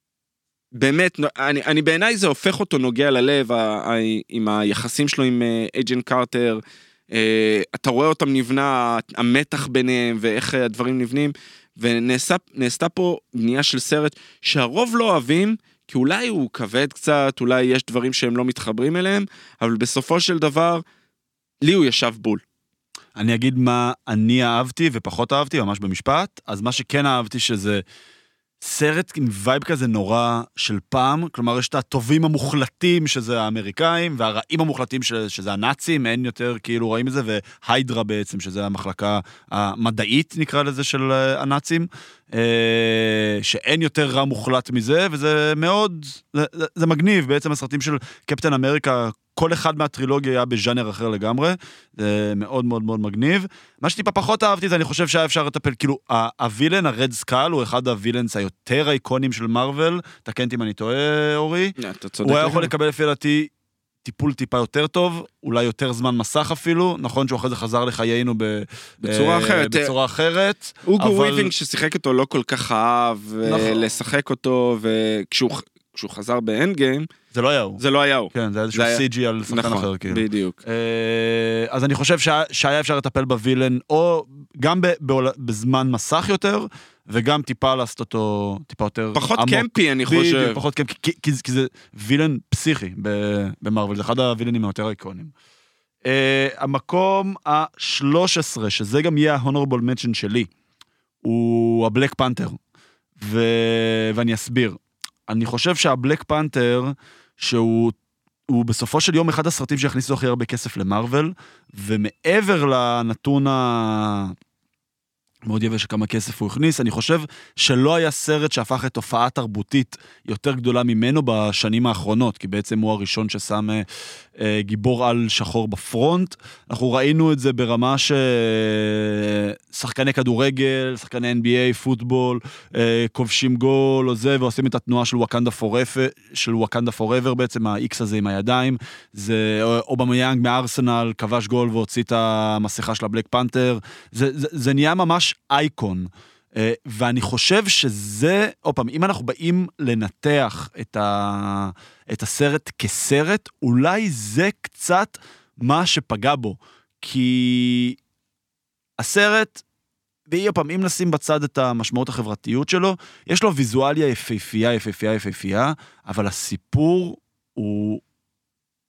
באמת, אני, אני בעיניי זה הופך אותו נוגע ללב, ה, ה, עם היחסים שלו עם אייג'נט קארטר, אתה רואה אותם נבנה, המתח ביניהם ואיך הדברים נבנים, ונעשתה פה בנייה של סרט שהרוב לא אוהבים, כי אולי הוא כבד קצת, אולי יש דברים שהם לא מתחברים אליהם, אבל בסופו של דבר, לי הוא ישב בול. אני אגיד מה אני אהבתי ופחות אהבתי, ממש במשפט, אז מה שכן אהבתי שזה... סרט עם וייב כזה נורא של פעם, כלומר יש את הטובים המוחלטים שזה האמריקאים, והרעים המוחלטים שזה הנאצים, אין יותר כאילו רואים את זה, והיידרה בעצם שזה המחלקה המדעית נקרא לזה של הנאצים, שאין יותר רע מוחלט מזה, וזה מאוד, זה, זה מגניב, בעצם הסרטים של קפטן אמריקה, כל אחד מהטרילוגיה היה בז'אנר אחר לגמרי, זה מאוד מאוד מאוד מגניב. מה שטיפה פחות אהבתי זה, אני חושב שהיה אפשר לטפל, כאילו, הווילן, הרד סקל, הוא אחד הווילנס היותר אייקונים של מרוול, תקן אם אני טועה, אורי. הוא היה יכול לקבל לפי דעתי טיפול טיפה יותר טוב, אולי יותר זמן מסך אפילו, נכון שהוא אחרי זה חזר לחיינו בצורה אחרת. בצורה אחרת. אוגו וויבינג ששיחק אותו לא כל כך אהב, לשחק אותו, וכשהוא... כשהוא חזר באנד גיים, זה לא היה הוא. זה לא היה הוא. כן, זה היה איזשהו סי ג'י על שחקן אחר. נכון, בדיוק. אז אני חושב שהיה אפשר לטפל בווילן, או גם בזמן מסך יותר, וגם טיפה לעשות אותו, טיפה יותר עמוק. פחות קמפי, אני חושב. פחות קמפי, כי זה וילן פסיכי במרוול, זה אחד הווילנים היותר איקונים. המקום ה-שלוש עשרה, שזה גם יהיה ה-honorable mention שלי, הוא הבלק פנתר, ואני אסביר. אני חושב שהבלק פנתר, שהוא הוא בסופו של יום אחד הסרטים שהכניסו הכי הרבה כסף למרוול, ומעבר לנתון מאוד יבש כמה כסף הוא הכניס, אני חושב שלא היה סרט שהפך את תופעה תרבותית יותר גדולה ממנו בשנים האחרונות, כי בעצם הוא הראשון ששם אה, גיבור על שחור בפרונט. אנחנו ראינו את זה ברמה ששחקני כדורגל, שחקני אן בי איי, פוטבול, אה, כובשים גול או זה, ועושים את התנועה של וואקנדה פוראבר, של וואקנדה פוראבר בעצם, ה-X הזה עם הידיים, זה אובמיאנג מארסנל, כבש גול והוציא את המסכה של הבלק פנתר, זה, זה, זה נהיה ממש אייקון, ואני חושב שזה, עוד פעם, אם אנחנו באים לנתח את, ה, את הסרט כסרט, אולי זה קצת מה שפגע בו, כי הסרט, ועוד פעם, אם נשים בצד את המשמעות החברתיות שלו, יש לו ויזואליה יפהפייה, יפהפייה, יפהפייה, אבל הסיפור הוא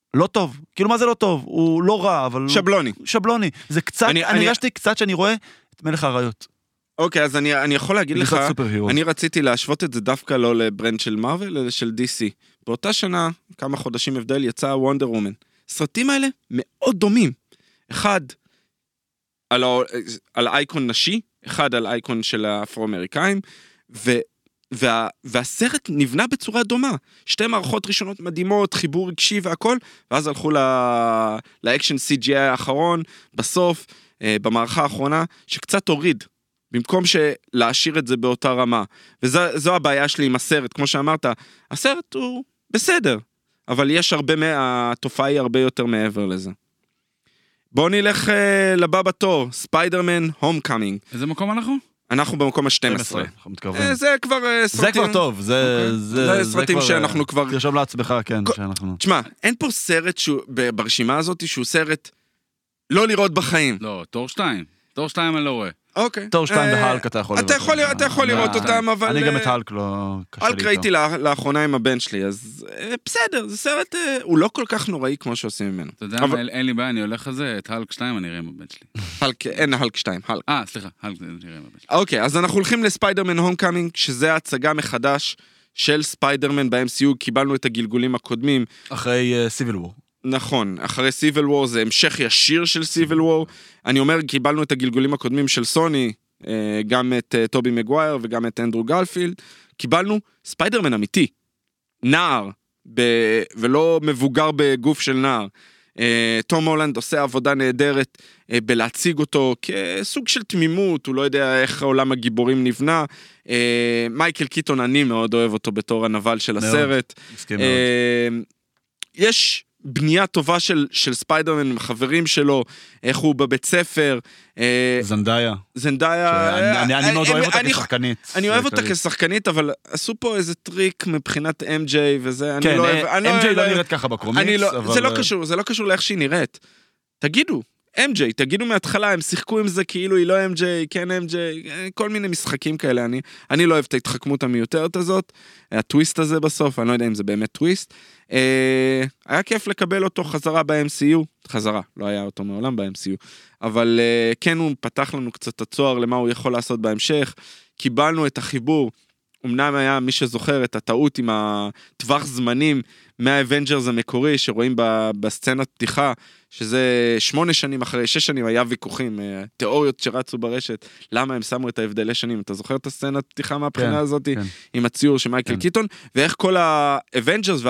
לא טוב. כאילו מה זה לא טוב? הוא לא רע, אבל... שבלוני. שבלוני. זה קצת, אני, אני הרגשתי קצת שאני רואה את מלך האריות. אוקיי, אז אני, אני יכול להגיד לך, אני רציתי להשוות את זה דווקא לא לברנד של מארוול, אלא של די סי. באותה שנה, כמה חודשים הבדל, יצא וונדר וומן. הסרטים האלה מאוד דומים. אחד על, על אייקון נשי, אחד על אייקון של האפרו-אמריקאים, ו, וה, והסרט נבנה בצורה דומה. שתי מערכות ראשונות מדהימות, חיבור רגשי והכל, ואז הלכו לאקשן סי ג'י איי האחרון, בסוף, במערכה האחרונה, שקצת הוריד. במקום שלהשאיר את זה באותה רמה. וזו הבעיה שלי עם הסרט, כמו שאמרת, הסרט הוא בסדר, אבל יש הרבה, התופעה היא הרבה יותר מעבר לזה. בואו נלך uh, לבא בתור, ספיידרמן הומקאמינג. איזה מקום אנחנו? אנחנו במקום ה-שתים עשרה. אנחנו מתקרבים. זה כבר uh, סרטים... זה כבר טוב, זה... Okay. זה, זה, זה סרטים כבר, שאנחנו כבר... תרשום לעצמך, כן, כל... שאנחנו... תשמע, אין פה סרט שהוא, ברשימה הזאת שהוא סרט לא לראות בחיים. לא, תור שתיים. תור שתיים אני לא רואה. אוקיי. תור שתיים והלק אתה יכול לראות. אתה יכול לראות אותם, אבל... אני גם את הלק לא קשה לי איתו. הלק ראיתי לאחרונה עם הבן שלי, אז בסדר, זה סרט, הוא לא כל כך נוראי כמו שעושים ממנו. אתה יודע, אין לי בעיה, אני הולך על זה, את הלק שתיים אני אראה עם הבן שלי. הלק, אין הלק שתיים, הלק. אה, סליחה, הלק אני אראה עם הבן שלי. אוקיי, אז אנחנו הולכים לספיידרמן הומקאמינג, שזה ההצגה מחדש של ספיידרמן ב-אם סי יו, קיבלנו את הגלגולים הקודמים. אחרי סיביל וור. נכון, אחרי סיביל וור זה המשך ישיר של סיביל וור. אני אומר, קיבלנו את הגלגולים הקודמים של סוני, גם את טובי מגווייר וגם את אנדרו גרפילד. קיבלנו ספיידרמן אמיתי, נער, ב- ולא מבוגר בגוף של נער. תום הולנד עושה עבודה נהדרת בלהציג אותו כסוג של תמימות, הוא לא יודע איך עולם הגיבורים נבנה. מייקל קיטון, אני מאוד אוהב אותו בתור הנבל של הסרט. יש בנייה טובה של, של ספיידרמן עם החברים שלו, איך הוא בבית ספר. זנדאיה. זנדאיה. אני, אני מאוד אוהב אותה כשחקנית. אני אוהב אותה כשחקנית, אבל עשו פה איזה טריק מבחינת אם ג'יי וזה, אני לא אוהב. אם ג'יי לא נראית ככה בקומיקס. זה לא קשור, זה לא קשור לאיך שהיא נראית. תגידו, אם ג'יי, תגידו מההתחלה, הם שיחקו עם זה כאילו היא לא אם ג'יי, כן אם ג'יי, כל מיני משחקים כאלה, אני, אני לא אוהב את ההתחכמות המיותרת הזאת, הטוויסט הזה בסוף, אני לא יודע אם זה באמת טוויסט, אה, היה כיף לקבל אותו חזרה ב-אם סי יו, חזרה, לא היה אותו מעולם ב-אם סי יו, אבל אה, כן הוא פתח לנו קצת את הצוהר למה הוא יכול לעשות בהמשך, קיבלנו את החיבור, אמנם היה מי שזוכר את הטעות עם הטווח זמנים מהאבנג'רס המקורי שרואים בסצנת פתיחה, שזה שמונה שנים אחרי, שש שנים היה ויכוחים, תיאוריות שרצו ברשת, למה הם שמו את ההבדלי שנים, אתה זוכר את הסצנת פתיחה מהבחינה כן, הזאת, כן. עם הציור של מייקל כן. קיטון, ואיך כל האבנג'רס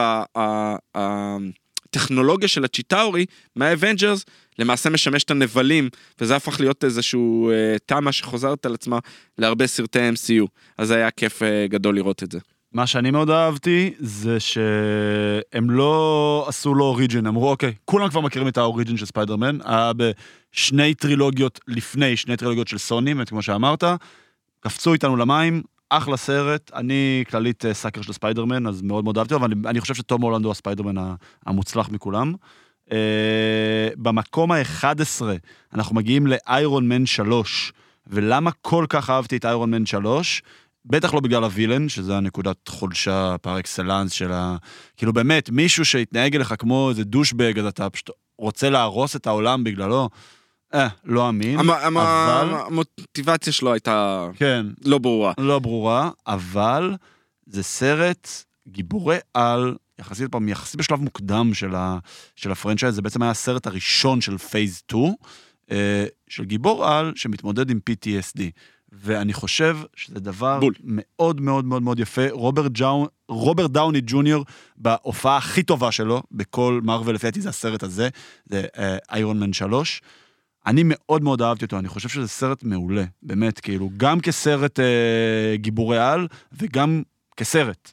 והטכנולוגיה של הצ'יטאורי מהאבנג'רס, למעשה משמש את הנבלים, וזה הפך להיות איזשהו תמה שחוזרת על עצמה להרבה סרטי אם סי יו, אז היה כיף גדול לראות את זה. מה שאני מאוד אהבתי, זה שהם לא עשו לו אוריג'ין, אמרו, אוקיי, כולם כבר מכירים את האוריג'ין של ספיידרמן, היה בשני טרילוגיות לפני, שני טרילוגיות של סוני, כמו שאמרת, קפצו איתנו למים, אחלה סרט, אני כללית סאקר של ספיידרמן, אז מאוד מאוד אהבתי, אבל אני, אני חושב שתום הולנד הוא הספיידרמן המוצלח מכולם. Uh, במקום ה-אחד עשר, אנחנו מגיעים לאיירון מן שלוש, ולמה כל כך אהבתי את איירון מן שלוש? בטח לא בגלל הווילן, שזה הנקודת חולשה פר אקסלנס של ה... כאילו באמת, מישהו שהתנהג אליך כמו איזה דושבג, אז אתה פשוט רוצה להרוס את העולם בגללו, אה, לא אמין, אבל... המוטיבציה שלו הייתה כן, לא ברורה. לא ברורה, אבל זה סרט גיבורי על, יחסית פעם, יחסית בשלב מוקדם של, ה... של הפרנצ'ייז, זה בעצם היה הסרט הראשון של פייז שתיים, אה, של גיבור על שמתמודד עם פי טי אס די. ואני חושב שזה דבר בול. מאוד מאוד מאוד מאוד יפה. רוברט, ג'או, רוברט דאוני ג'וניור, בהופעה הכי טובה שלו, בכל מרוול, לפי דעתי זה הסרט הזה, זה איירון מן שלוש. אני מאוד מאוד אהבתי אותו, אני חושב שזה סרט מעולה, באמת, כאילו, גם כסרט אה, גיבורי על, וגם כסרט.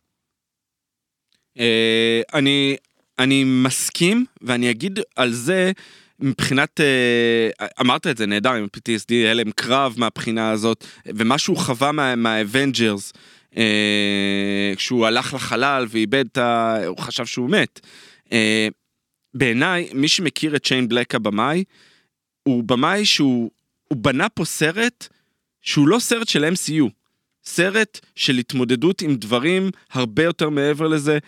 אה, אני, אני מסכים, ואני אגיד על זה, מבחינת, אמרת את זה נהדר עם פי טי אס די, הלם קרב מהבחינה הזאת, ומה שהוא חווה מה, מהאבנג'רס, כשהוא הלך לחלל ואיבד את ה... הוא חשב שהוא מת. בעיניי, מי שמכיר את שיין בלק הבמאי, הוא במאי שהוא הוא בנה פה סרט שהוא לא סרט של אם סי יו, סרט של התמודדות עם דברים הרבה יותר מעבר לזה,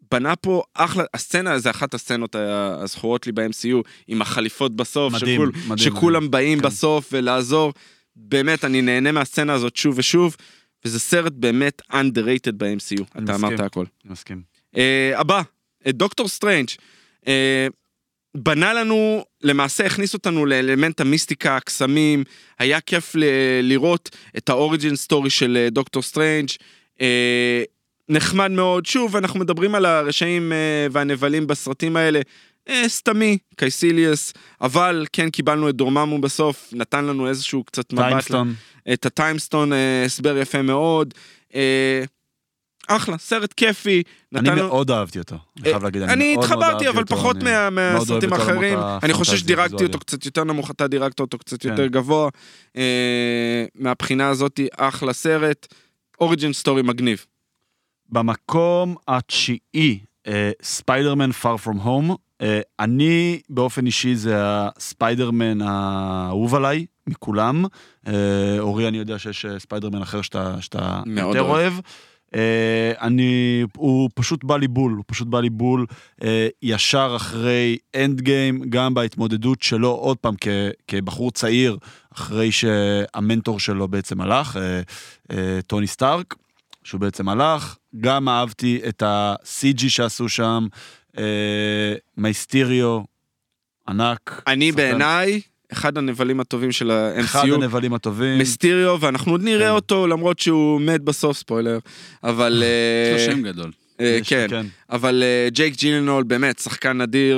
בנה פה אחלה, הסצנה, זה אחת הסצנות הזכורות לי ב-אם סי יו, עם החליפות בסוף, מדהים, שכול, מדהים, שכולם מדהים. באים כן. בסוף ולעזור, באמת, אני נהנה מהסצנה הזאת שוב ושוב, וזה סרט באמת underrated ב-אם סי יו, אתה מסכים. אמרת הכל. אני מסכים. Uh, הבא, דוקטור סטרנג', uh, בנה לנו, למעשה הכניס אותנו לאלמנט המיסטיקה, הקסמים, היה כיף ל- לראות את האוריג'ין סטורי של דוקטור סטרנג', uh, נחמד מאוד, שוב, אנחנו מדברים על הרשעים uh, והנבלים בסרטים האלה, uh, סתמי, קייסיליוס, אבל כן קיבלנו את דורממו בסוף, נתן לנו איזשהו קצת מבט, טיימסטון. את הטיימסטון, uh, הסבר יפה מאוד, uh, אחלה, סרט כיפי. אני נתנו... מאוד אהבתי אותו, אני חייב להגיד. אני מאוד מאוד התחברתי, אהבתי אבל אותו, פחות אני מה- מאוד אוהב מהסרטים את האחרים. העולמות אני חושב הפנטזיה שדירקתי הוויזואליה. אותו קצת יותר נמוך, אתה דירקת אותו קצת כן. יותר גבוה. אה, מהבחינה הזאת, אחלה סרט. אוריג'ין סטורי מגניב. במקום התשיעי, ספיידרמן Far From Home, אה, אני באופן אישי זה הספיידרמן האהוב עליי, מכולם. אה, אורי, אני יודע שיש אה, ספיידרמן אחר שאתה, שאתה מאוד יותר אוהב. אוהב. אה, אני, הוא פשוט בא לי בול, הוא פשוט בא לי בול אה, ישר אחרי אנד גיים, גם בהתמודדות שלו, עוד פעם, כ, כבחור צעיר, אחרי שהמנטור שלו בעצם הלך, אה, אה, טוני סטארק, שהוא בעצם הלך, גם אהבתי את ה-סי ג'י שעשו שם, אה, מייסטיריו, ענק. אני שחקן. בעיניי, אחד הנבלים הטובים של ה-אם אחד סי יו. הנבלים הטובים. מיסטיריו, ואנחנו עוד נראה כן. אותו, למרות שהוא מת בסוף, ספוילר. אבל... יש אה, לו שם גדול. אה, יש, כן. כן. אבל אה, ג'ייק ג'ילנול באמת שחקן נדיר,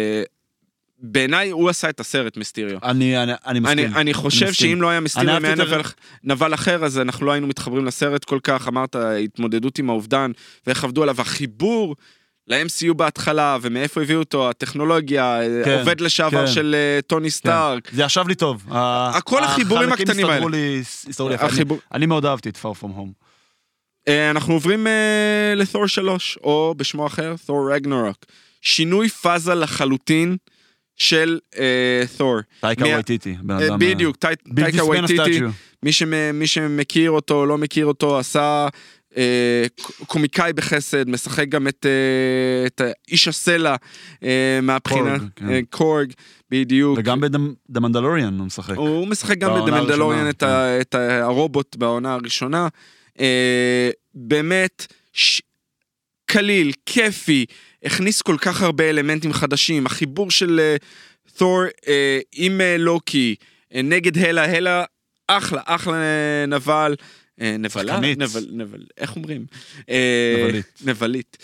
ובעיניי הוא עשה את הסרט מיסטיריו. אני, אני, אני מסכים. אני, אני חושב מסכים. שאם לא היה מיסטיריו אני אהבתי מהנבל יותר- נבל אחר, אז אנחנו לא היינו מתחברים לסרט כל כך, אמרת, התמודדות עם האובדן, ואיך עבדו עליו, החיבור ל-אם סי יו בהתחלה, ומאיפה הביאו אותו, הטכנולוגיה, כן, עובד לשעבר כן. של אה, טוני סטארק. זה ישב לי טוב. ה- הכל החיבורים החלקים הקטנים הסתדרו האלה. לי, הסתדרו לי יפה. החיבור- אני, אני מאוד אהבתי את Far From Home. אה, אנחנו עוברים אה, לתור שלוש, או בשמו אחר, תור רגנרוק. שינוי פאזה לחלוטין של אה, תור. טייקה מה- וייטיטי. בן אה, אדם, בדיוק, טי- בלתי טייקה ספן וייטיטי. הסטאצ'ו. מי, שמ, מי שמכיר אותו, לא מכיר אותו, עשה אה, קומיקאי בחסד, משחק גם את, אה, את איש הסלע אה, מהבחינה, קורג, כן. אה, קורג, בדיוק. וגם בדמנדלוריאן הוא משחק. הוא משחק גם בעונה בדמנדלוריאן הראשונה, את, ה, את ה, הרובוט בעונה הראשונה. אה, באמת, ש... קליל, כיפי, הכניס כל כך הרבה אלמנטים חדשים, החיבור של אה, תור אה, עם אה, לוקי, אה, נגד הלה, הלה, אחלה, אחלה אה, נבל, אה, נבלה, שחקנית. נבל, נבל, איך אומרים? אה, נבלית. נבלית.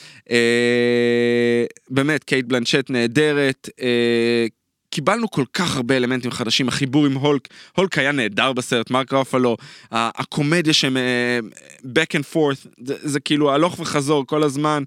אה, באמת, קייט בלנצ'ט נהדרת, אה, קיבלנו כל כך הרבה אלמנטים חדשים, החיבור עם הולק, הולק היה נהדר בסרט, מרק רפלו, ה- הקומדיה שהם אה, back and forth, זה, זה כאילו הלוך וחזור כל הזמן,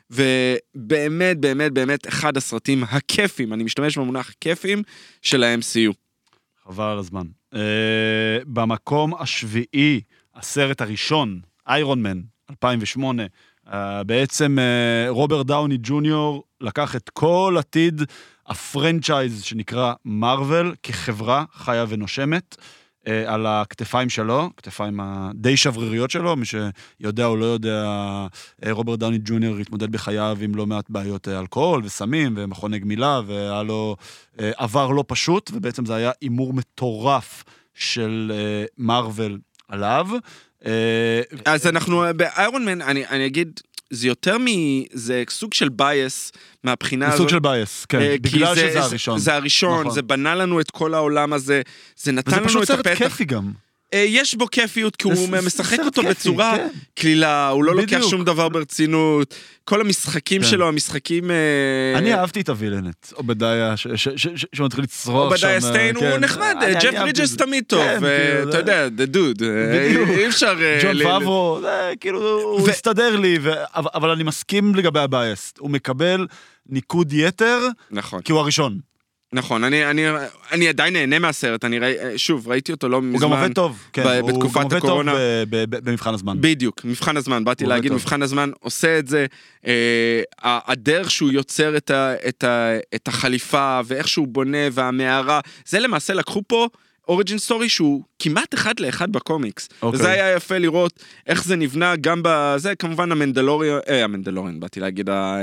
ובאמת, באמת, באמת, אחד הסרטים הכיפים, אני משתמש במונח כיפים, של ה-אם סי יו. חבל על הזמן. Uh, במקום השביעי, הסרט הראשון, איירון מן, אלפיים ושמונה, uh, בעצם uh, רוברט דאוני ג'וניור לקח את כל עתיד הפרנצ'ייז שנקרא מרוול, כחברה חיה ונושמת, uh, על הכתפיים שלו, כתפיים הדי שבריריות שלו, מי שיודע או לא יודע, uh, רוברט דאוני ג'וניור התמודד בחייו עם לא מעט בעיות uh, אלכוהול וסמים ומכוני גמילה, והיה לו uh, עבר לא פשוט, ובעצם זה היה אימור מטורף של uh, מרוול עליו. Uh, אז אנחנו, באיירון מן, אני, אני אגיד, זה יותר מ... זה סוג של בייס מהבחינה זה הזאת. סוג של בייס, כן, אה, כי בגלל זה- שזה זה- הראשון. זה הראשון, נכון. זה בנה לנו את כל העולם הזה, זה נתן וזה לנו פשוט את סרט הפתח. כיפי גם. אה, יש בו כיפיות, כי הוא זה- זה משחק סרט אותו כיפי, בצורה כן. כלילה, הוא לא לוקח בדיוק. שום דבר ברצינות, כל המשחקים כן. שלו, המשחקים... אה, אני אהבתי את הווילנט, אובדיה, ש- ש- ש- ש- שהוא מתחיל לצרוח שם. אובדיה סטיין הוא כן. נחמד, אני- ג'ף אני אהבתי רידג'ס את זה. תמיד טוב, כן, כאילו, ואתה זה- יודע, the dude, אה, בדיוק. אי אפשר... אה, ג'ון ל- פאברו, זה כאילו, הוא ו- הסתדר לי, ו- אבל אבל אני מסכים לגבי הבייס. הוא מקבל ניקוד יתר, נכון. כי הוא הראשון. נכון, אני, אני, אני עדיין נהנה מהסרט, אני ראי, שוב, ראיתי אותו לא מזמן. הוא גם עובד טוב, כן. ב- הוא בתקופת גם עובד טוב הקורונה. ב- ב- ב- במבחן הזמן. בדיוק, מבחן הזמן, באתי הוא עובד להגיד, טוב. מבחן הזמן עושה את זה, אה, הדרך שהוא יוצר את, ה, את, ה, את החליפה, ואיך שהוא בונה, והמערה, זה למעשה לקחו פה אוריג'ין סטורי שהוא כמעט אחד לאחד בקומיקס. אוקיי. וזה היה יפה לראות איך זה נבנה גם בזה, כמובן המנדלוריון, אה, המנדלוריון, באתי להגיד, ה...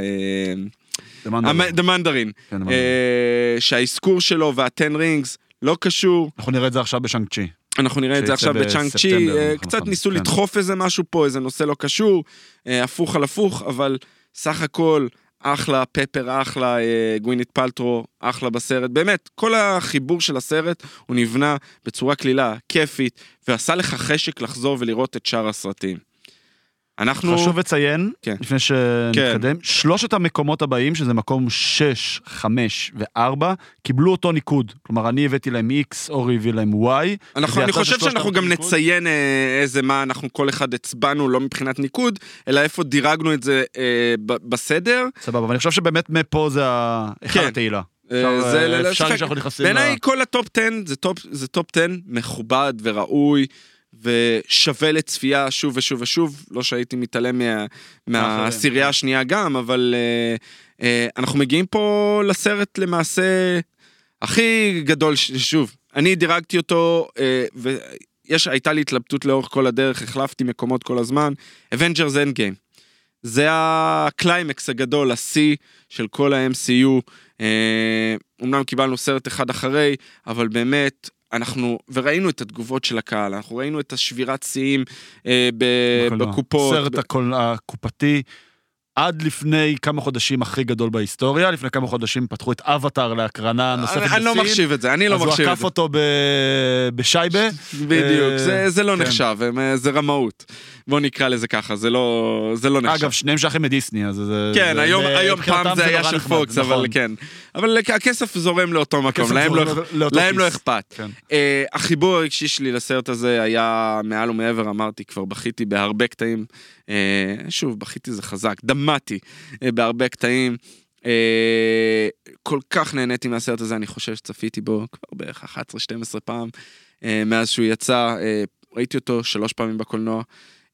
דמנדרין. שהאזכור שלו והטן רינגס לא קשור. אנחנו נראה את זה עכשיו בשאנג צ'י. אנחנו נראה את זה עכשיו בצ'אנג צ'י, קצת ניסו לדחוף איזה משהו פה, איזה נושא לא קשור, הפוך על הפוך, אבל סך הכל אחלה, פפר אחלה, גווינית פלטרו, אחלה בסרט, באמת, כל החיבור של הסרט הוא נבנה בצורה כלילה, כיפית, ועשה לך חשק לחזור ולראות את שאר הסרטים. אנחנו... חשוב לציין, כן. לפני שנתקדם, כן. שלושת המקומות הבאים, שזה מקום שש, חמש וארבע, קיבלו אותו ניקוד. כלומר, אני הבאתי להם X, אורי הביא להם Y. אנחנו, אני חושב שאנחנו גם ניקוד. נציין איזה מה אנחנו כל אחד הצבענו, לא מבחינת ניקוד, אלא איפה דירגנו את זה אה, בסדר. סבבה, אבל אני חושב שבאמת מפה זה אחד כן. התהילה. אפשר שאנחנו נכנסים... בעיניי כל הטופ עשר זה טופ, זה טופ עשר מכובד וראוי, ושווה לצפייה שוב ושוב ושוב, לא שהייתי מתעלם מה, מהסירייה השנייה גם, אבל uh, uh, אנחנו מגיעים פה לסרט למעשה הכי גדול, שוב, אני דירגתי אותו, uh, ויש, הייתה לי התלבטות לאורך כל הדרך, החלפתי מקומות כל הזמן, Avengers Endgame, זה הקליימקס הגדול, ה-C של כל ה-אם סי יו, uh, אומנם קיבלנו סרט אחד אחרי, אבל באמת, אנחנו, וראינו את התגובות של הקהל, אנחנו ראינו את השבירת שיאים אה, בקופות. סרט ב... הקופתי, עד לפני כמה חודשים הכי גדול בהיסטוריה, לפני כמה חודשים פתחו את אבטר להקרנה נוספת בסין. אני לא מחשיב את זה, אני לא מחשיב את זה. אז הוא עקף אותו ב... בשייבה. בדיוק, זה, זה לא כן. נחשב, זה רמאות. בוא נקרא לזה ככה, זה לא, זה לא נחשב. אגב, שניהם שייכים מדיסני, אז זה... כן, זה, היום, זה, היום פעם זה היה של נחמד, פוקס, נכון. אבל כן. אבל הכסף זורם לאותו מקום, להם, לא, להם לא אכפת. כן. Uh, החיבור הרגשי שלי לסרט הזה היה מעל ומעבר, אמרתי, כבר בכיתי בהרבה קטעים, uh, שוב, בכיתי זה חזק, דמתי uh, בהרבה קטעים, uh, כל כך נהניתי מהסרט הזה, אני חושב שצפיתי בו כבר בערך אחת עשרה שתים עשרה פעם, uh, מאז שהוא יצא, uh, ראיתי אותו שלוש פעמים בקולנוע,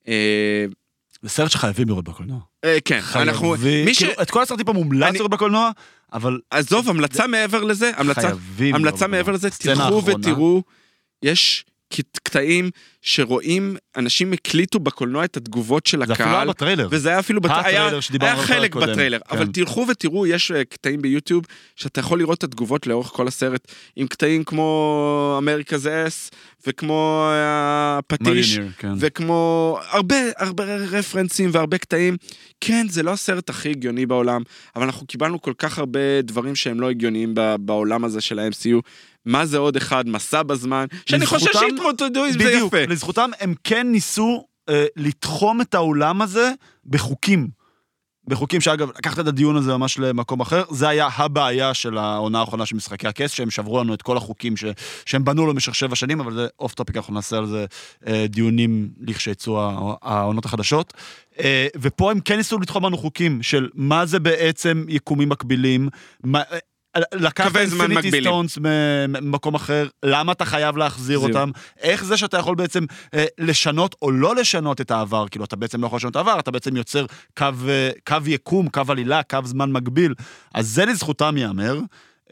זה סרט שחייבים לראות בקולנוע. כן, אנחנו... את כל הסרטים פה מומלץ לראות בקולנוע, אבל... עזוב, המלצה מעבר לזה, המלצה מעבר לזה, תלכו ותראו, יש קטעים שרואים, אנשים הקליטו בקולנוע את התגובות של הקהל. זה אפילו היה בטריילר. וזה היה אפילו בטריילר, היה חלק בטריילר. אבל תלכו ותראו, יש קטעים ביוטיוב, שאתה יכול לראות את התגובות לאורך כל הסרט, עם קטעים כמו אמריקה זה אס, וכמו הפטיש, וכמו הרבה, הרבה רפרנסים והרבה קטעים. כן, זה לא הסרט הכי הגיוני בעולם, אבל אנחנו קיבלנו כל כך הרבה דברים שהם לא הגיוניים בעולם הזה של ה-אם סי יו, מה זה עוד אחד, מסע בזמן, שאני חושב שהתמודדו עם זה יפה. לזכותם הם כן ניסו אה, לתחום את העולם הזה בחוקים. בחוקים שאגב, לקחת את הדיון הזה ממש למקום אחר, זה היה הבעיה של העונה האחרונה של משחקי הכס, שהם שברו לנו את כל החוקים ש, שהם בנו לו במשך שבע שנים, אבל זה אוף טופיק, אנחנו נעשה על זה אה, דיונים לכשיצאו העונות החדשות. אה, ופה הם כן ניסו לתחום לנו חוקים של מה זה בעצם יקומים מקבילים, מה... לקחת אינפיניטי סטונס ממקום אחר, למה אתה חייב להחזיר אותם, איך זה שאתה יכול בעצם לשנות או לא לשנות את העבר, כאילו אתה בעצם לא יכול לשנות את העבר, אתה בעצם יוצר קו יקום, קו עלילה, קו זמן מקביל, אז זה לזכותם יאמר,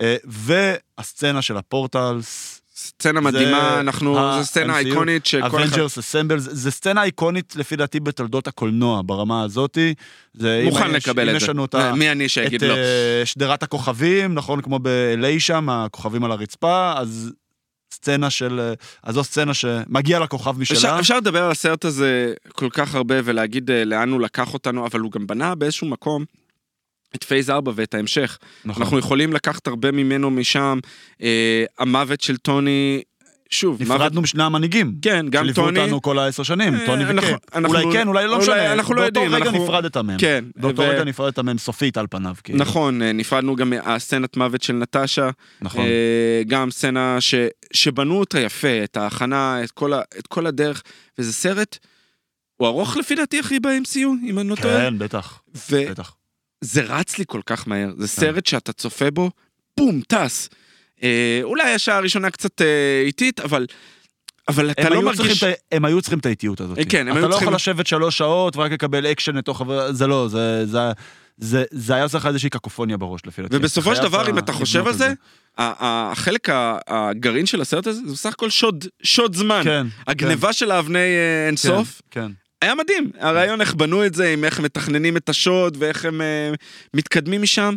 והסצנה של הפורטלס, סצנה מדהימה, אנחנו, זו סצנה איקונית שכל אחד... Avengers Assemble, זו סצנה איקונית לפי דעתי בתולדות הקולנוע, ברמה הזאת. מוכן לקבל את זה. מי אני שיגיד לא? את שדרת הכוכבים, נכון, כמו ב-אל איי שם, הכוכבים על הרצפה, אז סצנה של... אז זו סצנה שמגיע לכוכב משלה. אפשר לדבר על הסרט הזה כל כך הרבה, ולהגיד לאן הוא לקח אותנו, אבל הוא גם בנה באיזשהו מקום, את פייז ארבע ואת ההמשך. נכון. אנחנו יכולים לקחת הרבה ממנו משם, אה, המוות של טוני, שוב, נפרדנו מוות... משני המנהיגים. כן, גם שליוו טוני. אותנו כל העשר שנים, אה, טוני אנחנו, וקייט. אנחנו, אולי כן, אולי לא משנה. אנחנו לא יודעים. באותו רגע אנחנו... נפרדת מהם. כן. באותו ו... רגע נפרדת מהם סופית על פניו. כאילו. נכון, נפרדנו גם מהסצנת מוות של נטשה. נכון. אה, גם סצנה ש... שבנו אותה יפה, את ההכנה, את כל, ה... את כל הדרך, וזה סרט, הוא ארוך לפי דעתי הכי ב-אם סי יו, אם אני לא טועה. כן, בטח. ו... בטח. זה רץ לי כל כך מהר, זה סרט שאתה צופה בו, בום, טס. אה, אולי השעה הראשונה קצת אה, איטית, אבל, אבל אתה לא מרגיש... את, הם היו צריכים את האיטיות הזאת. כן, אתה לא צריכים... יכול לשבת שלוש שעות ורק לקבל אקשן לתוך... זה לא, זה, זה, זה, זה היה עושה לך איזושהי קקופוניה בראש, לפי דעתי. ובסופו של דבר, אם אתה חושב על זה, החלק הגרעין של הסרט הזה, זה בסך הכל שוד זמן. הגניבה של האבני אינסוף, היה מדהים. הרעיון איך בנו את זה, עם איך מתכננים את השוד, ואיך הם מתקדמים משם.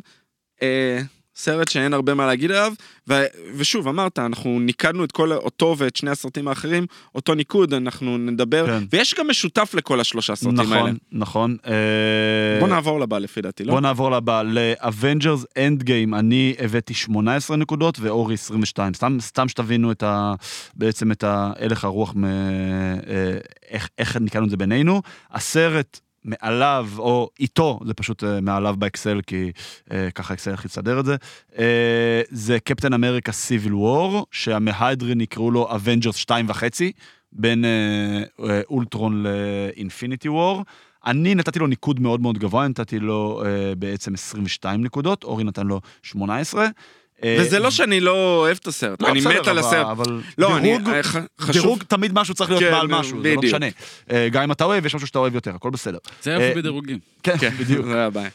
סרט שאין הרבה מה להגיד עליו, ו- ושוב, אמרת, אנחנו ניקדנו את כל אותו ואת שני הסרטים האחרים, אותו ניקוד, אנחנו נדבר, כן. ויש גם משותף לכל השלושה הסרטים נכון, האלה. נכון, נכון. בוא נעבור לבא, לפי דעתי, לא? בוא נעבור לבא, ל-Avengers Endgame, אני הבאתי שמונה עשרה נקודות, ואורי עשרים ושתיים, סתם, סתם שתבינו את ה, בעצם את ההלך הרוח, מ, איך, איך ניקדנו את זה בינינו, הסרט, מעליו, או איתו, זה פשוט מעליו באקסל, כי אה, ככה אקסל איך יסדר את זה, אה, זה קפטן אמריקה סיביל וור, שהמהדרין יקראו לו אבנג'רס שתיים וחצי, בין אה, אה, אולטרון לאינפיניטי וור. אני נתתי לו ניקוד מאוד מאוד גבוה, נתתי לו אה, בעצם עשרים ושתיים נקודות, אורי נתן לו שמונה עשרה, וזה לא שאני לא אוהב את הסרט, אני מת על הסרט. אבל דירוג תמיד משהו צריך להיות מעל משהו, זה לא משנה. גם אם אתה אוהב, יש משהו שאתה אוהב יותר, הכל בסדר. זה יופי בדירוגים. כן, בדיוק. זה הבעיה.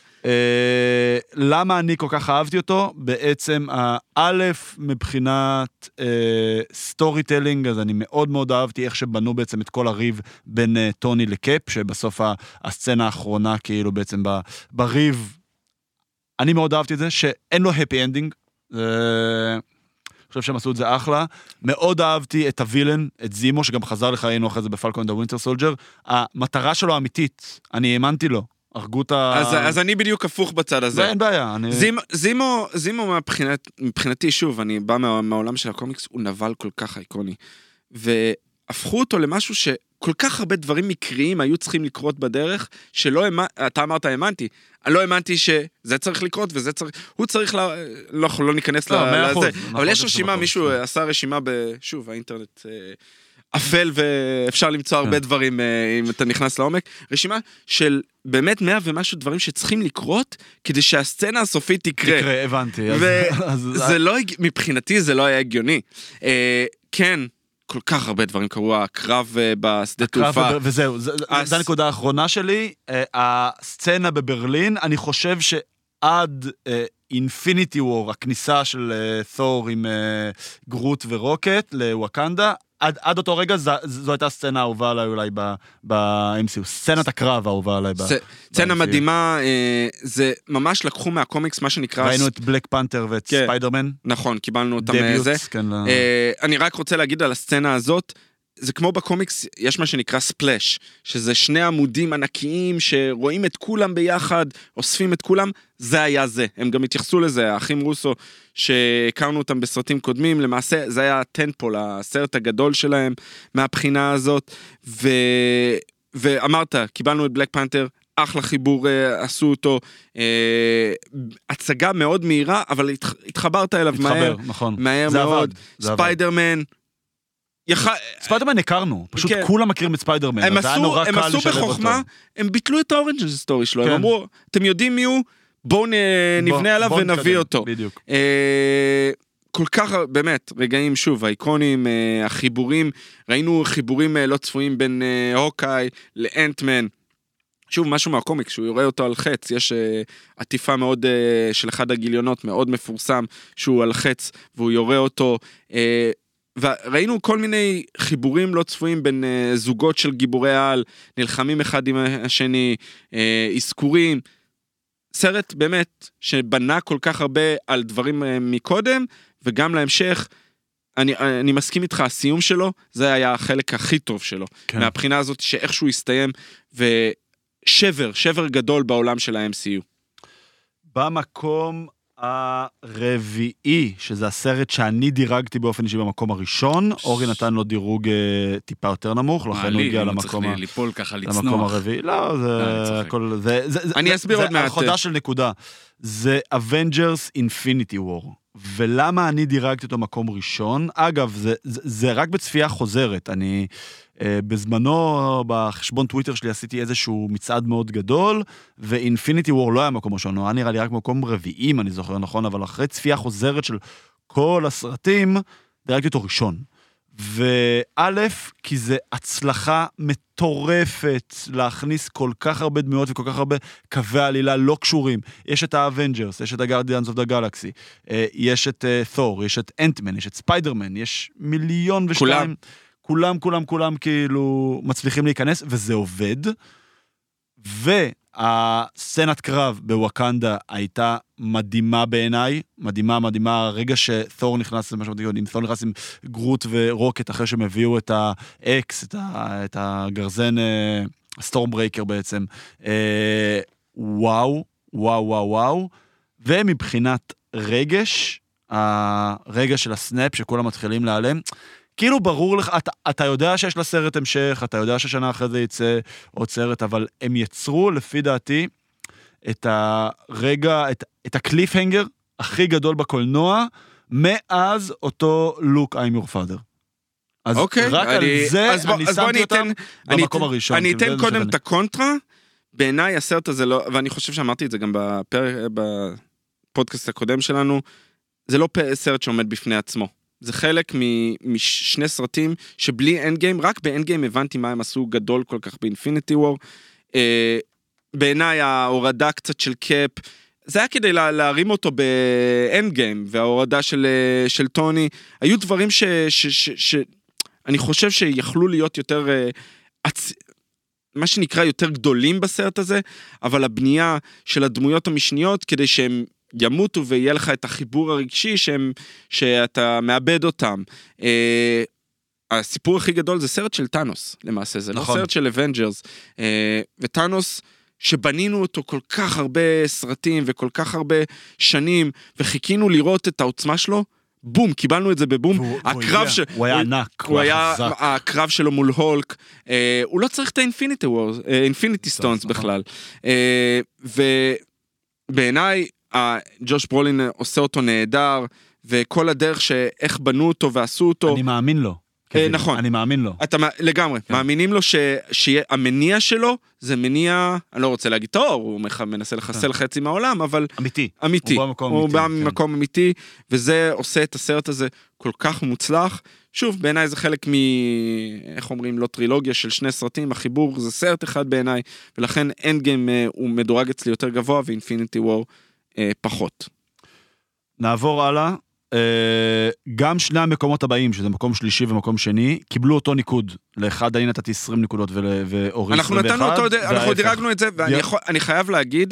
למה אני כל כך אהבתי אותו? בעצם, א', מבחינת סטורי טלינג, אז אני מאוד מאוד אהבתי איך שבנו בעצם את כל הריב בין טוני לקאפ, שבסוף הסצנה האחרונה, כאילו בעצם בריב, אני מאוד אהבתי את זה, שאין לו הפי אנדינג, אני חושב שהם עשו את זה אחלה. מאוד אהבתי את הווילן, את זימו, שגם חזר לחיינו אחרי זה בפלקון אנד הווינטר סולג'ר. המטרה שלו האמיתית, אני האמנתי לו, הרגו את ה... אז, אז אני בדיוק הפוך בצד הזה. אין בעיה. אני... זימו, זימו, זימו מבחינת, מבחינתי, שוב, אני בא מה, מהעולם של הקומיקס, הוא נבל כל כך אייקוני. והפכו אותו למשהו ש... כל כך הרבה דברים מקריים היו צריכים לקרות בדרך, שלא האמנתי, אתה אמרת האמנתי, אני לא האמנתי שזה צריך לקרות, וזה צריך, הוא צריך, לה, לא, לא ניכנס לזה, אבל יש רשימה, מישהו עשה רשימה בשוב, האינטרנט אפל, ואפשר למצוא הרבה דברים, אם אתה נכנס לעומק, רשימה של באמת מאה ומשהו דברים שצריכים לקרות, כדי שהסצנה הסופית תקרה. תקרה, הבנתי. וזה לא, מבחינתי זה לא היה הגיוני. כן, כל כך הרבה דברים קרו, הקרב בשדה תעופה. וזהו, זו הנקודה האחרונה שלי. הסצנה בברלין, אני חושב שעד אינפיניטי וור, הכניסה של תור עם גרוט ורוקט לווקנדה, עד, עד אותו רגע זו, זו הייתה סצנה האהובה עליי אולי ב-אם סי יו, סצנת הקרב האהובה עליי ב-אם סי יו. סצנה מדהימה, זה ממש לקחו מהקומיקס מה שנקרא... ראינו את בלק פנתר ואת כן, ספיידרמן. נכון, קיבלנו אותם איזה. כן, לא... אני רק רוצה להגיד על הסצנה הזאת, זה כמו בקומיקס, יש מה שנקרא ספלש, שזה שני עמודים ענקיים שרואים את כולם ביחד, אוספים את כולם, זה היה זה. הם גם התייחסו לזה, האחים רוסו, שהכרנו אותם בסרטים קודמים, למעשה זה היה הטנפול, הסרט הגדול שלהם מהבחינה הזאת, ו... ואמרת, קיבלנו את בלק פנתר, אחלה חיבור עשו אותו, הצגה מאוד מהירה, אבל התחברת אליו מהר, נכון. מהר מאוד, ספיידרמן, ספיידרמן הכרנו, פשוט כולם מכירים את ספיידרמן, הם עשו בחוכמה, הם ביטלו את האורנג' סטורי שלו, הם אמרו, אתם יודעים מי הוא, בואו נבנה עליו ונביא אותו. כל כך, באמת, רגעים, שוב, האיקונים, החיבורים, ראינו חיבורים לא צפויים בין הוקאי לאנטמן, שוב, משהו מהקומיקס, שהוא יורה אותו על חץ, יש עטיפה מאוד, של אחד הגיליונות, מאוד מפורסם, שהוא על חץ, והוא יורה אותו, וראינו כל מיני חיבורים לא צפויים בין uh, זוגות של גיבורי העל, נלחמים אחד עם השני, uh, עסקורים, סרט באמת שבנה כל כך הרבה על דברים uh, מקודם, וגם להמשך, אני, אני מסכים איתך, הסיום שלו, זה היה החלק הכי טוב שלו, כן. מהבחינה הזאת שאיכשהו הסתיים, ושבר, שבר גדול בעולם של ה-אם סי יו. במקום... הרביעי, שזה הסרט שאני דירגתי באופן אישי במקום הראשון, אורי נתן לו דירוג טיפה יותר נמוך, לכן הוא הגיע למקום הרביעי. לא, זה הכל... אני אסביר עוד מעט. החודה של נקודה. זה Avengers Infinity War. ולמה אני דירגתי אותו מקום ראשון? אגב, זה רק בצפייה חוזרת. אני... בזמנו, בחשבון טוויטר שלי עשיתי איזשהו מצעד מאוד גדול, ואינפיניטי וור לא היה מקום ראשון, הוא היה נראה לי רק מקום רביעים, אני זוכר נכון, אבל אחרי צפייה חוזרת של כל הסרטים, דירגתי אותו ראשון. וא', כי זה הצלחה מטורפת להכניס כל כך הרבה דמויות וכל כך הרבה קווי עלילה לא קשורים. יש את האבנג'רס, יש את הגארדיאנס אוף דה גלקסי, יש את תור, יש את אנטמן, יש את ספיידרמן, יש מיליון ושתיים. כולם. כולם, כולם, כולם כאילו מצליחים להיכנס, וזה עובד. והסצנת קרב בוואקנדה הייתה מדהימה בעיניי, מדהימה, מדהימה, הרגע שתור נכנס, זה מה שאמרתי, אם תור נכנס עם גרוט ורוקט, אחרי שהם הביאו את האקס, את, ה, את הגרזן, הסטורם ברייקר בעצם, אה, וואו, וואו, וואו, וואו, ומבחינת רגש, הרגש של הסנאפ, שכולם מתחילים להיעלם, כאילו ברור לך, אתה, אתה יודע שיש לה סרט המשך, אתה יודע ששנה אחרי זה יצא עוד סרט, אבל הם יצרו, לפי דעתי, את הרגע, את, את הקליפהנגר הכי גדול בקולנוע, מאז אותו לוק I'm your father. אז אוקיי, רק אני, על זה אז אני בוא, שמתי אני אותם אני במקום אני הראשון. אני כאילו, אתן קודם את הקונטרה, בעיניי הסרט הזה לא, ואני חושב שאמרתי את זה גם בפרק, בפודקאסט הקודם שלנו, זה לא סרט שעומד בפני עצמו. זה חלק משני סרטים שבלי אנד גיים, רק באנד גיים הבנתי מה הם עשו גדול כל כך באינפיניטי וור. בעיניי ההורדה קצת של קאפ, זה היה כדי להרים אותו באנד גיים, וההורדה של, של טוני, היו דברים ש, ש, ש, ש, אני חושב שיכלו להיות יותר, מה שנקרא יותר גדולים בסרט הזה, אבל הבנייה של הדמויות המשניות, כדי שהם ימותו ויהיה לך את החיבור הרגשי שהם, שאתה מאבד אותם. אה, הסיפור הכי גדול זה סרט של טאנוס, למעשה, זה נכון. לא סרט של אבנג'רס. אה, וטאנוס, שבנינו אותו כל כך הרבה סרטים וכל כך הרבה שנים, וחיכינו לראות את העוצמה שלו, בום, קיבלנו את זה בבום. והוא, הקרב ש... הוא היה ענק, הוא, הוא היה חזק. הקרב שלו מול הולק, אה, הוא לא צריך את האינפיניטי וורס, אינפיניטי סטונס בכלל. אה, ובעיניי, ג'וש ברולין עושה אותו נהדר, וכל הדרך שאיך בנו אותו ועשו אותו. אני מאמין לו. נכון. אני מאמין לו. אתה לגמרי, מאמינים לו שהמניע שלו זה מניע, אני לא רוצה להגיד טוב, הוא מנסה לחסל חצי מהעולם, אבל... אמיתי. אמיתי. הוא בא ממקום אמיתי, וזה עושה את הסרט הזה כל כך מוצלח. שוב, בעיניי זה חלק מ... איך אומרים, לא טרילוגיה של שני סרטים, החיבור זה סרט אחד בעיניי, ולכן אנד גיים הוא מדורג אצלי יותר גבוה, ואינפיניטי וור פחות. נעבור הלאה. גם שני המקומות הבאים, שזה מקום שלישי ומקום שני, קיבלו אותו ניקוד. לאחד אני נתתי עשרים נקודות ואורי עשרים ואחת. אנחנו נתנו אותו, אנחנו דירגנו את זה, ואני חייב להגיד,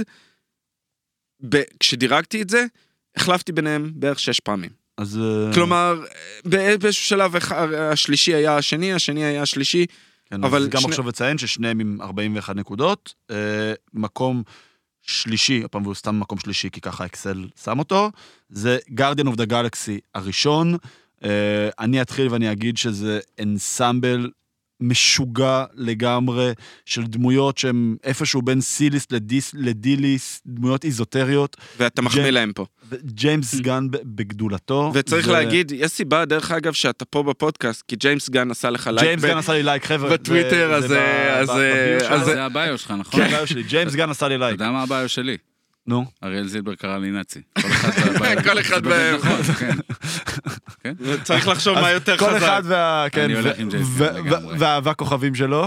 כשדירגתי את זה, החלפתי ביניהם בערך שש פעמים. כלומר, באיזשהו שלב השלישי היה השני, השני היה השלישי. אבל גם עכשיו לציין ששניהם עם ארבעים ואחת נקודות, מקום שלישי, הפעם והוא סתם מקום שלישי, כי ככה אקסל שם אותו, זה Guardian of the Galaxy הראשון. אני אתחיל ואני אגיד שזה אנסמבל משוגע לגמרי, של דמויות שהן איפשהו בין סיליס לדיס, לדיליס, דמויות איזוטריות. ואתה מחמיא להם פה. ג'יימס גן בגדולתו. וצריך להגיד, יש סיבה, דרך אגב, שאתה פה בפודקאסט, כי ג'יימס גן עשה לך לייק. ג'יימס גן עשה לי לייק, חבר'ה. בטוויטר, אז... זה הביו שלך, נכון? כן, הביו שלי. ג'יימס גן עשה לי לייק. אתה יודע מה הביו שלי? נו. אריאל זילבר קרא לי נאצי. כל אחד בהם. צריך לחשוב מה יותר חזק. כל אחד וה... אני הולך עם ג'יימס לגמרי. והאבק כוכבים שלו.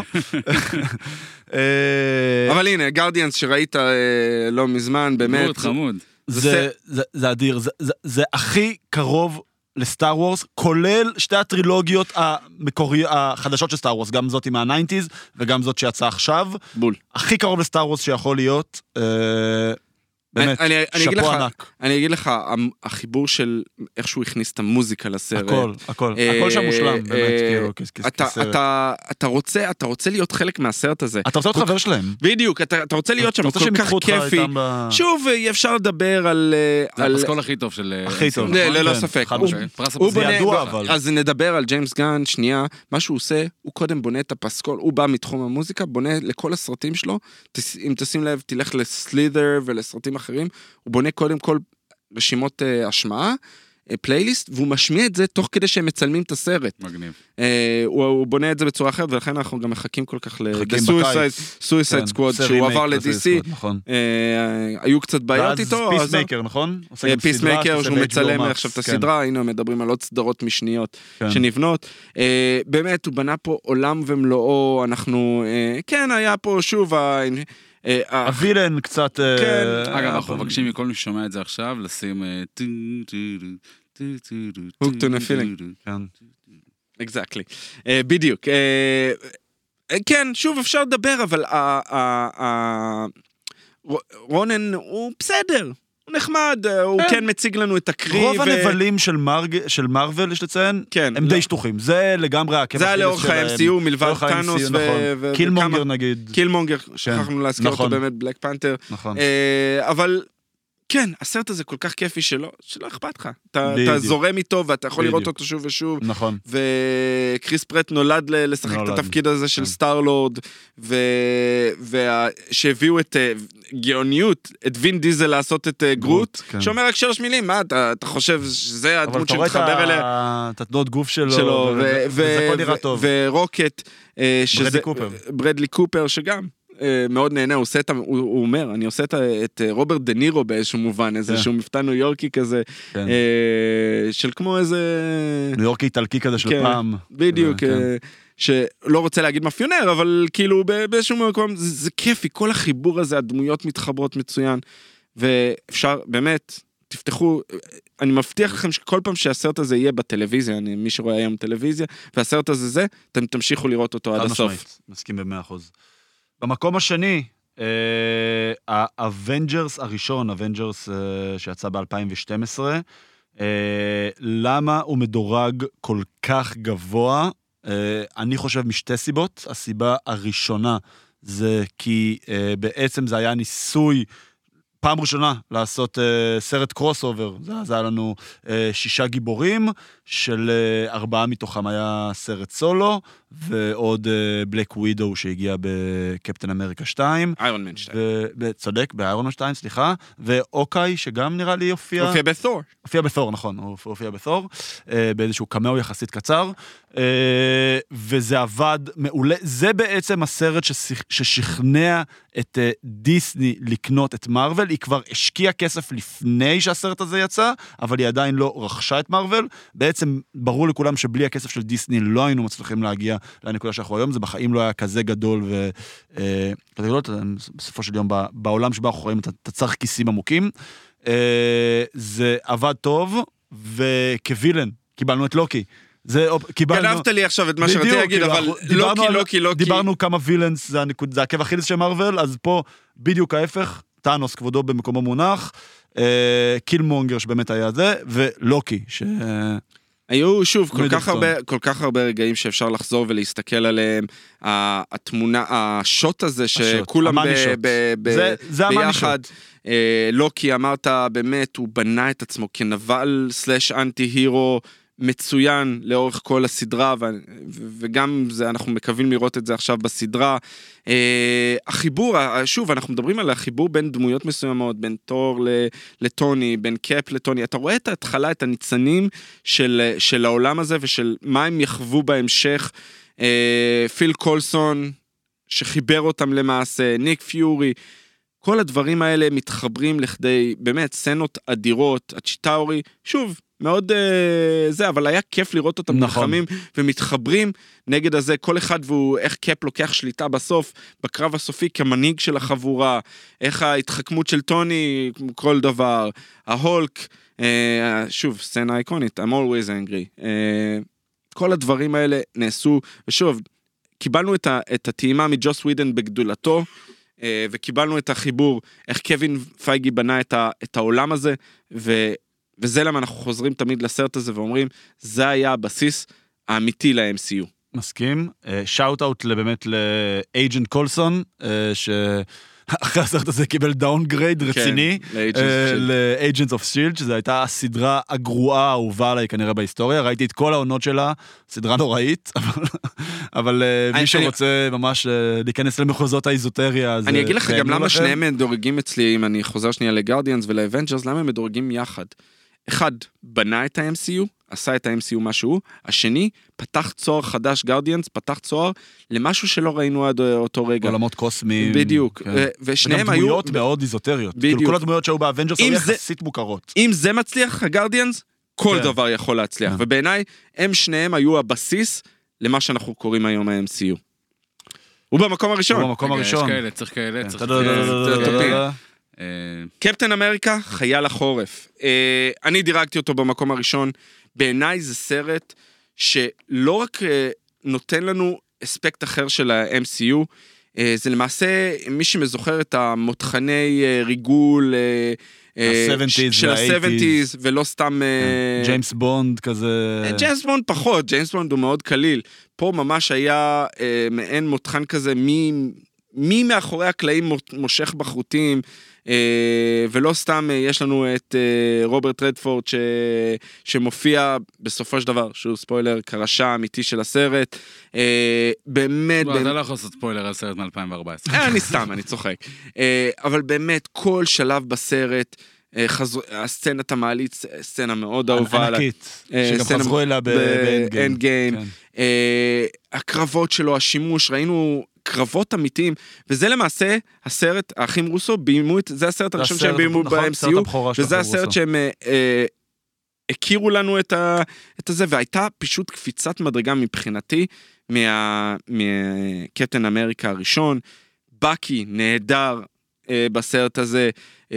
אבל הנה, גארדיאנס שראית לא מזמן, באמת. דמות חמוד. זה אדיר. זה הכי קרוב לסטאר וורס, כולל שתי הטרילוגיות החדשות של סטאר וורס, גם זאת עם ה-תשעים וגם זאת שיצאה עכשיו. בול. הכי קרוב לסטאר וורס שיכול להיות. באמת, שפו ענק. אני אגיד לך, החיבור של איך שהוא הכניס את המוזיקה לסרט. הכל, הכל, הכל שם מושלם, באמת, כאילו, כסרט. אתה רוצה, אתה רוצה להיות חלק מהסרט הזה. אתה רוצה להיות חבר שלהם. בדיוק, אתה רוצה להיות שם כל כך כיפי. שוב, אפשר לדבר על... זה הפסקול הכי טוב של... הכי טוב. ללא ספק. זה ידוע, אבל. אז נדבר על ג'יימס גן, שנייה, מה שהוא עושה, הוא קודם בונה את הפסקול, הוא בא מתחום המוזיקה, בונה לכל הסרטים שלו, אם תשים לב, תלך לסלית'ר ולסרטים אחרים, הוא בונה קודם כל רשימות השמעה, פלייליסט, והוא משמיע את זה תוך כדי שהם מצלמים את הסרט. מגניב. הוא בונה את זה בצורה אחרת, ולכן אנחנו גם מחכים כל כך ל-Suicide Squad, שהוא עבר ל-די סי, היו קצת בעיות איתו. פיסמייקר, נכון? פיסמייקר, שהוא מצלם עכשיו את הסדרה, הנה מדברים על עוד סדרות משניות שנבנות. באמת, הוא בנה פה עולם ומלואו, אנחנו, כן, היה פה שוב, הווילן קצת... אגב, אנחנו מבקשים מכל מי ששומע את זה עכשיו, לשים... Hook to the feeling. Exactly. בדיוק. כן, שוב, אפשר לדבר, אבל רונן הוא בסדר. הוא נחמד, הוא כן מציג לנו את הקרי. רוב הנבלים של מרוול, יש לציין, הם די שטוחים. זה לגמרי הכיף. זה היה לאורך ה-אם סי יו, מלבד טאנוס ו... קילמונגר נגיד. קילמונגר, שכחנו להזכיר אותו באמת, בלק פנתר. נכון. אבל כן, הסרט הזה כל כך כיפי שלא אכפת לך. אתה זורם איתו ואתה יכול לראות אותו שוב ושוב. נכון. וקריס פרט נולד לשחק את התפקיד הזה של סטאר-לורד, ושהביאו את גאוניות, את וין דיזל לעשות את גרוט, שאומר רק שלוש מילים, מה, אתה חושב שזה הדמות שמתחבר אליה? אבל אתה רואה את התנועות גוף שלו, וזה הכל נראה טוב. ורוקט, ברדלי קופר. ברדלי קופר, שגם. מאוד נהנה, הוא עושה את, הוא, הוא אומר, אני עושה את, את רוברט דה נירו באיזשהו מובן, איזשהו מבטא ניו יורקי כזה, כן. אה, של כמו איזה... ניו יורקי איטלקי כזה של כן, פעם. בדיוק, כן. אה, שלא רוצה להגיד מאפיונר, אבל כאילו באיזשהו מקום, זה, זה כיפי, כל החיבור הזה, הדמויות מתחברות מצוין, ואפשר, באמת, תפתחו, אני מבטיח לכם שכל פעם שהסרט הזה יהיה בטלוויזיה, אני, מי שרואה היום טלוויזיה, והסרט הזה זה, אתם תמשיכו לראות אותו עד הסוף. משמעית, מסכים במאה אחוז. במקום השני, האבנג'רס הראשון, אבנג'רס שיצא ב-אלפיים ושתים עשרה, למה הוא מדורג כל כך גבוה? אני חושב משתי סיבות. הסיבה הראשונה זה כי בעצם זה היה ניסוי, פעם ראשונה לעשות uh, סרט קרוס אובר, זה, זה היה לנו uh, שישה גיבורים, של uh, ארבעה מתוכם היה סרט סולו, ועוד בלק uh, ווידו שהגיע בקפטן אמריקה שתיים. איירון מן שתיים. צודק, באיירון מן שתיים, סליחה, ואוקאי שגם נראה לי הופיע... הופיע בתור. הופיע בתור, נכון, הוא הופיע בתור, uh, באיזשהו קמאו יחסית קצר, uh, וזה עבד מעולה, זה בעצם הסרט ששיח, ששכנע את uh, דיסני לקנות את מרוול, היא כבר השקיעה כסף לפני שהסרט הזה יצא, אבל היא עדיין לא רכשה את מרוול. בעצם ברור לכולם שבלי הכסף של דיסני לא היינו מצליחים להגיע לנקודה שאנחנו היום, זה בחיים לא היה כזה גדול, ו... כזה גדול, בסופו של יום, בעולם שבו אנחנו רואים, אתה צריך כיסים עמוקים. זה עבד טוב, וכווילן, קיבלנו את לוקי. גנבת לי עכשיו את מה שרציתי להגיד, אבל לוקי, לוקי, לוקי. דיברנו כמה וילנס, זה עקב אכילס של מרוול, אז פה בדיוק ההפך, טאנוס כבודו במקום המונח, קילמונגר שבאמת היה זה, ולוקי, ש... היו שוב כל כך הרבה, כל כך הרבה רגעים שאפשר לחזור ולהסתכל עליהם, התמונה, השוט הזה שכולם ביחד, לוקי אמרת באמת, הוא בנה את עצמו כנבל סלש אנטי הירו, מצוין לאורך כל הסדרה, וגם זה, אנחנו מקווים לראות את זה עכשיו בסדרה. החיבור, שוב, אנחנו מדברים על החיבור בין דמויות מסוימות, בין תור לטוני, בין קאפ לטוני. אתה רואה את ההתחלה, את הניצנים של, של העולם הזה, ושל מה הם יחוו בהמשך. פיל קולסון, שחיבר אותם למעשה, ניק פיורי, כל הדברים האלה מתחברים לכדי, באמת, סצנות אדירות, הצ'יטאורי, שוב, מאוד uh, זה, אבל היה כיף לראות אותם נכון. נלחמים ומתחברים נגד הזה, כל אחד והוא, איך קאפ לוקח שליטה בסוף, בקרב הסופי כמנהיג של החבורה, איך ההתחכמות של טוני, כל דבר, ההולק, uh, שוב, סצנה איקונית, I'm always angry, uh, כל הדברים האלה נעשו, ושוב, קיבלנו את, ה, את הטעימה מג'וס ווידן בגדולתו, uh, וקיבלנו את החיבור, איך קווין פייגי בנה את, ה, את העולם הזה, ו... וזה למה אנחנו חוזרים תמיד לסרט הזה ואומרים, זה היה הבסיס האמיתי ל-אם סי יו. מסכים. שאוט אאוט באמת לאג'נט קולסון, שאחרי הסרט הזה קיבל דאונגרייד רציני, לאג'נט אוף שילד, שזו הייתה הסדרה הגרועה האהובה עליי כנראה בהיסטוריה, ראיתי את כל העונות שלה, סדרה נוראית, אבל מי שרוצה ממש להיכנס למחוזות האיזוטריה, אני אגיד לך גם למה שניהם מדורגים אצלי, אם אני חוזר שנייה לגארדיאנס ולאבנג'רס, למה הם מדורגים יחד? אחד, בנה את ה-אם סי יו, עשה את ה-אם סי יו משהו, השני, פתח צוהר חדש, גרדיאנס, פתח צוהר למשהו שלא ראינו עד אותו רגע. עולמות קוסמיים. בדיוק, כן. ו- ושניהם היו... דמויות מאוד איזוטריות. בדיוק. כאילו כל הדמויות שהיו באבנג'רס היו זה- יחסית מוכרות. אם זה מצליח, הגרדיאנס, כל כן. דבר יכול להצליח, כן. ובעיניי, הם שניהם היו הבסיס למה שאנחנו קוראים היום ה-אם סי יו. הוא במקום הראשון. הוא במקום רגע, יש הראשון. כאלה, צריך כאלה, כן. צריך... טופים. אה, קפטן אמריקה, חייל החורף. אה, אני דירגתי אותו במקום הראשון. בעיניי זה סרט שלא רק אה, נותן לנו אספקט אחר של ה-אם סי יו, אה, זה למעשה, מי שמזוכר את המותחני אה, ריגול אה, אה, ה-שבעים של ה-שבעים, ולא סתם... אה, ג'יימס בונד כזה. ג'יימס בונד פחות, ג'יימס בונד הוא מאוד קליל. פה ממש היה אה, מעין מותחן כזה, מי, מי מאחורי הקלעים מות- מושך בחוטים, אה, ולא סתם אה, יש לנו את אה, רוברט רדפורד ש, שמופיע בסופו של דבר, שהוא ספוילר, כרשע אמיתי של הסרט. אה, באמת, בוא, באמת אתה לא יכול לעשות ספוילר על סרט מ-אלפיים וארבע עשרה. אה, אני סתם, אני צוחק. אה, אבל באמת, כל שלב בסרט, אה, חזרו- הסצנת המעלית, סצנה מאוד אהובה עליי. ענקית. אה, שגם סצנה חזרו אליה באנד באנד גיים. כן. אה, הקרבות שלו, השימוש, ראינו קרבות אמיתיים, וזה למעשה הסרט, האחים רוסו ביימו את, זה הסרט הראשון שהם ביימו נכון, ב-אם סי סרט יו, הבכורה של וזה החבר'ה הסרט רוסו. שהם אה, אה, הכירו לנו את, ה, את הזה, והייתה פשוט קפיצת מדרגה מבחינתי, מה- מקפטן אמריקה הראשון, בקי נהדר אה, בסרט הזה,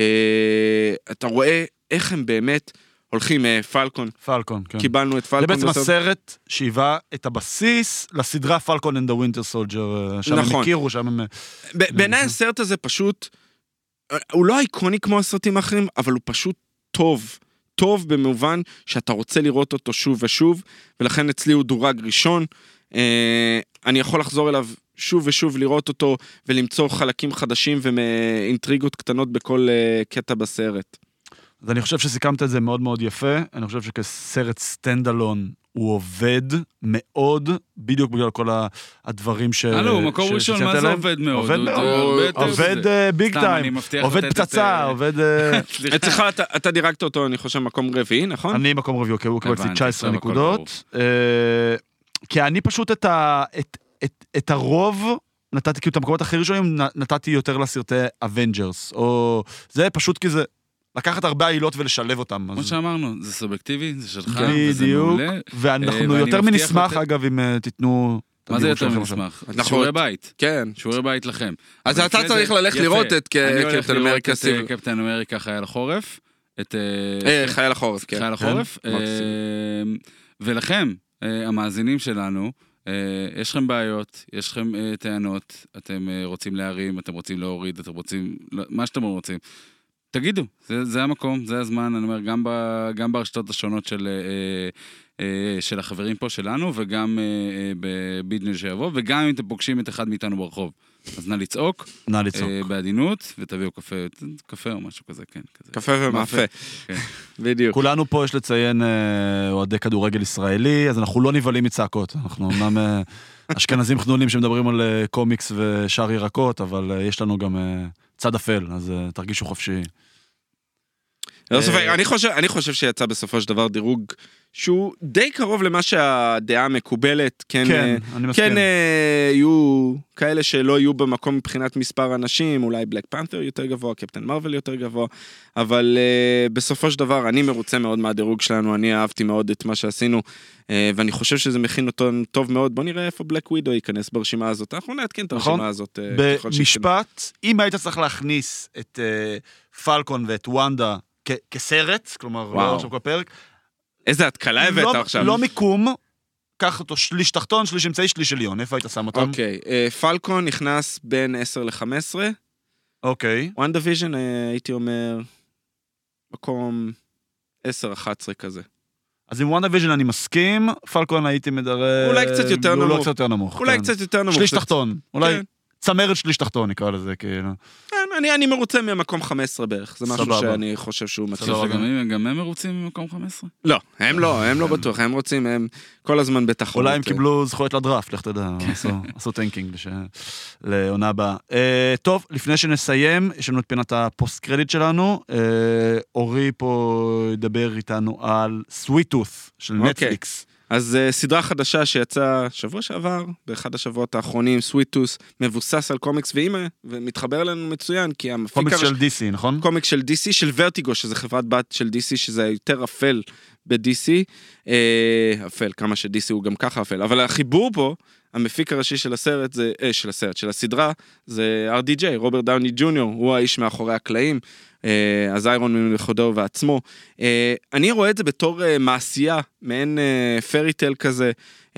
אה, אתה רואה איך הם באמת הולכים, אה, פלקון, פלקון, כן. קיבלנו את זה פלקון. בעצם בסרט. הסרט שהיווה את הבסיס לסדרה פלקון and the Winter Soldier, שם הם נכון. הכירו, שם הם... ב- בעיניי הסרט הזה פשוט, הוא לא איקוני כמו הסרטים האחרים, אבל הוא פשוט טוב. טוב במובן שאתה רוצה לראות אותו שוב ושוב, ולכן אצלי הוא דורג ראשון. אה, אני יכול לחזור אליו שוב ושוב, לראות אותו, ולמצוא חלקים חדשים ואינטריגות קטנות בכל אה, קטע בסרט. אז אני חושב שסיכמת את זה מאוד מאוד יפה, אני חושב שכסרט סטנדלון הוא עובד מאוד, בדיוק בגלל כל ה- הדברים ש... הלו, מקום ש- ראשון, שציינת מה זה להם. עובד מאוד? עובד הוא- מאוד, הוא הרבה יותר עובד מזה. ביג סתם, אני טיים, מבטיח עובד לתת את, פצצה, אה, עובד... אה, סליחה. אצלך, אתה, אתה דירקת אותו, אני חושב, מקום רביעי, נכון? אני מקום רביעי, הוא קיבל אצלי הבנתי, תשע עשרה טוב, הכל נקודות. אה, כי אני פשוט את ה- את- את- את הרוב נתתי, כאילו את המקומות הכי ראשונים נתתי יותר לסרטי אבנג'רס, או זה פשוט כי זה לקחת הרבה עילות ולשלב אותם. כמו אז- שאמרנו, זה סובייקטיבי, זה שלך, וזה בדיוק, מעולה. ואנחנו ואני יותר מבטיח מנשמח לתת- אגב אם אה, תיתנו... את מה זה הדירוג יותר שלכם עכשיו. מנשמח? אנחנו- שיעורי בית. כן. שיעורי בית לכם. אז אבל אתה לפני צריך זה- ללכת יפה. לראות את ק- אני הולך קפטן לראות אמריקה את, סיב- אה, קפטן אמריקה חייל החורף. את... אה, חייל החורף, כן. חייל החורף. כן, אה, מקסים. ולכם, אה, המאזינים שלנו, אה, יש לכם בעיות, יש לכם אה, טענות, אתם אה, רוצים להרים, אתם רוצים להוריד, אתם רוצים... לא, מה שאתם רוצים. תגידו, זה, זה המקום, זה הזמן, אני אומר, גם, ב, גם ברשתות השונות של, אה, אה, של החברים פה שלנו, וגם אה, אה, בבידנל שיבוא, וגם אם אתם פוגשים את אחד מאיתנו ברחוב. אז נא לצעוק, נא לצעוק. אה, בעדינות, ותביאו קפה, קפה או משהו כזה, כן. כזה. קפה ומאפה. כן. בדיוק. כולנו פה יש לציין אה, אוהדי כדורגל ישראלי, אז אנחנו לא נבהלים מצעקות. אנחנו אמנם אה, אשכנזים חנונים שמדברים על אה, קומיקס ושאר ירקות, אבל אה, יש לנו גם אה, צד אפל, אז אה, תרגישו חופשי. לא ספק, אני חושב, אני חושב שיצא בסופו של דבר דירוג שהוא די קרוב למה שהדעה המקובלת, כן, כן, אה, אני מסכים. כן אה, יהיו כאלה שלא יהיו במקום מבחינת מספר אנשים, אולי בלק פנת'ר יותר גבוה, קפטן מרוול יותר גבוה, אבל uh, בסופו של דבר אני מרוצה מאוד מהדירוג שלנו, אני אהבתי מאוד את מה שעשינו, uh, ואני חושב שזה מכין אותו טוב מאוד, בוא נראה איפה בלק ווידו ייכנס ברשימה הזאת, אנחנו נעדכן את נכון. הרשימה הזאת. Uh, ככל שתקדם. במשפט, אם היית צריך להכניס את אה, פלקון ואת וונדה כ- כסרט, כלומר, וואו. לא עכשיו כל פרק, איזה התקלה הבאת לא, עכשיו. לא מיקום, קח אותו שליש תחתון, שליש אמצעי, שליש עליון, איפה היית שם אותם? אוקיי, uh, פלקון נכנס בין עשר ל-חמש עשרה, אוקיי. וואן דיוויז'ן הייתי אומר מקום עשר אחת עשרה כזה. אז עם וואן דיוויז'ן אני מסכים, פלקון הייתי מדרג... אולי קצת יותר אולי נמוך. קצת יותר נמוך. אולי כן. קצת יותר נמוך. שליש זה- תחתון, אולי כן. צמרת שליש תחתון נקרא לזה, כאילו. כן, אני, אני מרוצה ממקום חמש עשרה בערך, זה משהו סבבה. שאני חושב שהוא מצליח. גם הם, גם הם מרוצים ממקום חמש עשרה? לא, הם לא, הם לא בטוח, הם רוצים, הם כל הזמן בתחרות. אולי הם קיבלו זכויות לדראפט, לך תדע, עשו טנקינג לעונה הבאה. טוב, לפני שנסיים, יש לנו את פינת הפוסט קרדיט שלנו, אורי פה ידבר איתנו על Sweet Tooth של נטפליקס. אז uh, סדרה חדשה שיצאה שבוע שעבר, באחד השבועות האחרונים, Sweet Tooth, מבוסס על קומיקס ואימא, ומתחבר לנו מצוין, כי המפיק... קומיקס הראש... של די סי, נכון? קומיקס של די סי, של ורטיגו, שזה חברת בת של די סי, שזה יותר אפל ב-די סי, אה, אפל, כמה ש-די סי הוא גם ככה אפל, אבל החיבור פה, המפיק הראשי של הסרט, זה, אה, של הסרט, של הסדרה, זה אר די ג'יי, רוברט דאוני ג'וניור, הוא האיש מאחורי הקלעים, אז איירון מן לכבודו ועצמו. אני רואה את זה בתור מעשייה, מעין פריטל כזה,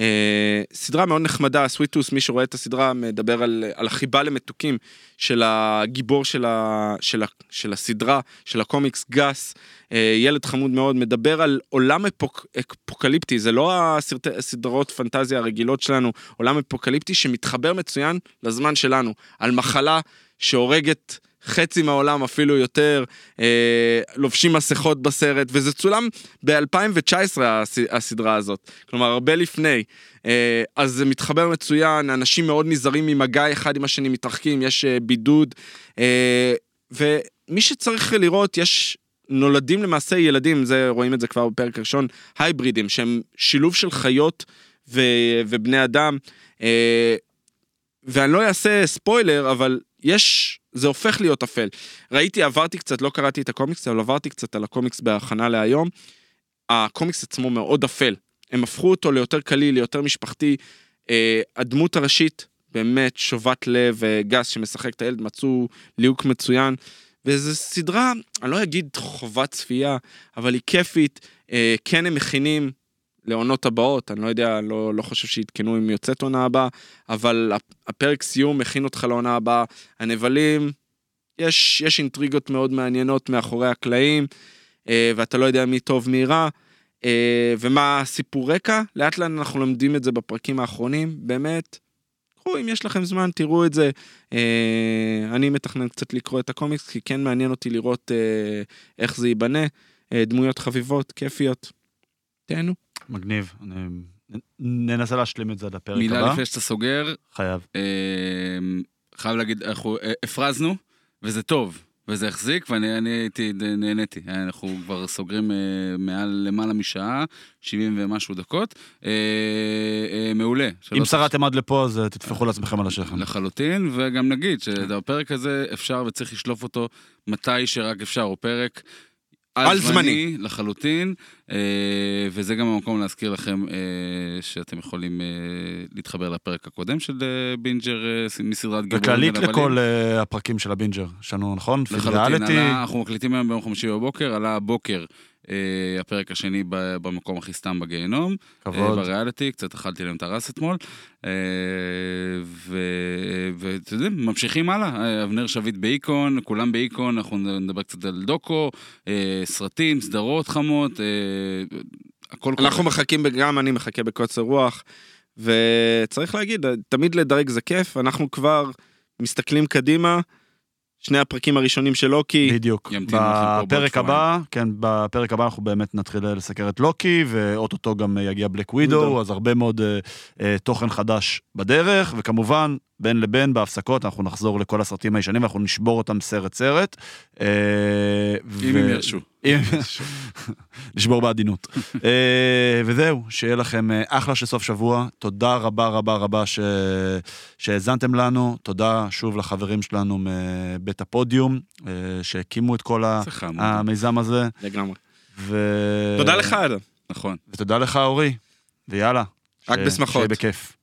סדרה מאוד נחמדה, Sweet Tooth, מי שרואה את הסדרה מדבר על, על החיבה למתוקים של הגיבור של, ה, של, ה, של הסדרה, של הקומיקס גס, ילד חמוד מאוד, מדבר על עולם אפוק, אפוקליפטי, זה לא הסרט, הסדרות פנטזיה הרגילות שלנו, עולם אפוקליפטי שמתחבר מצוין לזמן שלנו, על מחלה שהורגת חצי מהעולם אפילו יותר, אה, לובשים מסכות בסרט, וזה צולם ב-אלפיים תשע עשרה הסדרה הזאת, כלומר הרבה לפני, אה, אז זה מתחבר מצוין, אנשים מאוד נזהרים ממגע אחד עם השני, מתרחקים, יש אה, בידוד, אה, ומי שצריך לראות, יש נולדים למעשה ילדים, זה, רואים את זה כבר בפרק הראשון, הייברידים, שהם שילוב של חיות ו, ובני אדם, אה, ואני לא אעשה ספוילר, אבל יש, זה הופך להיות אפל. ראיתי, עברתי קצת, לא קראתי את הקומיקס, אבל עברתי קצת על הקומיקס בהכנה להיום. הקומיקס עצמו מאוד אפל. הם הפכו אותו ליותר קליל, ליותר משפחתי. הדמות הראשית, באמת שובת לב, גס שמשחק את הילד, מצאו ליהוק מצוין. וזו סדרה, אני לא אגיד חובת צפייה, אבל היא כיפית. כן הם מכינים לעונות הבאות, אני לא יודע, לא, לא חושב שיתקנו אם יוצאת עונה הבאה, אבל הפרק סיום מכין אותך לעונה הבאה. הנבלים, יש, יש אינטריגות מאוד מעניינות מאחורי הקלעים, ואתה לא יודע מי טוב מי רע, ומה סיפור רקע, לאט לאט אנחנו לומדים את זה בפרקים האחרונים, באמת, קחו, אם יש לכם זמן, תראו את זה, אני מתכנן קצת לקרוא את הקומיקס, כי כן מעניין אותי לראות איך זה ייבנה, דמויות חביבות, כיפיות, תהנו. מגניב, ננסה להשלים את זה עד הפרק הבא. מילה לפני שאתה סוגר. חייב. חייב להגיד, אנחנו הפרזנו, וזה טוב, וזה החזיק, ואני הייתי, נהניתי. אנחנו כבר סוגרים מעל למעלה משעה, שבעים ומשהו דקות. מעולה. אם שרתם עד לפה, אז תטפחו לעצמכם על השכם. לחלוטין, וגם נגיד שהפרק הזה אפשר וצריך לשלוף אותו מתי שרק אפשר, או פרק על זמני, לחלוטין, וזה גם המקום להזכיר לכם שאתם יכולים להתחבר לפרק הקודם של בינג'ר מסדרת גיבורים. וכללית לכל הפרקים של הבינג'ר, שלנו, נכון? לחלוטין, אנחנו מקליטים היום ביום חמישי בבוקר, עלה הבוקר הפרק השני במקום הכי סתם בגיהנום, בריאליטי, קצת אכלתי להם את הרס אתמול, ואתם יודעים, ממשיכים הלאה, אבנר שביט באיקון, כולם באיקון, אנחנו נדבר קצת על דוקו, סרטים, סדרות חמות, הכל קורה. אנחנו מחכים, גם אני מחכה בקוצר רוח, וצריך להגיד, תמיד לדרג זה כיף, אנחנו כבר מסתכלים קדימה, שני הפרקים הראשונים של לוקי. בדיוק. בפרק הבא, כן, בפרק הבא אנחנו באמת נתחיל לסקר את לוקי, ואוטוטו גם יגיע בלק ווידו, אז הרבה מאוד תוכן חדש בדרך, וכמובן, בין לבין, בהפסקות, אנחנו נחזור לכל הסרטים הישנים, ואנחנו נשבור אותם סרט סרט. אם הם ירשו. נשבור בעדינות. וזהו, שיהיה לכם אחלה של סוף שבוע, תודה רבה רבה רבה שהזנתם לנו, תודה שוב לחברים שלנו מבית הפודיום, שהקימו את כל המיזם הזה. לגמרי. תודה לך, אדם. נכון. ותודה לך, אורי. ויאללה. רק בשמחות. שיהיה בכיף.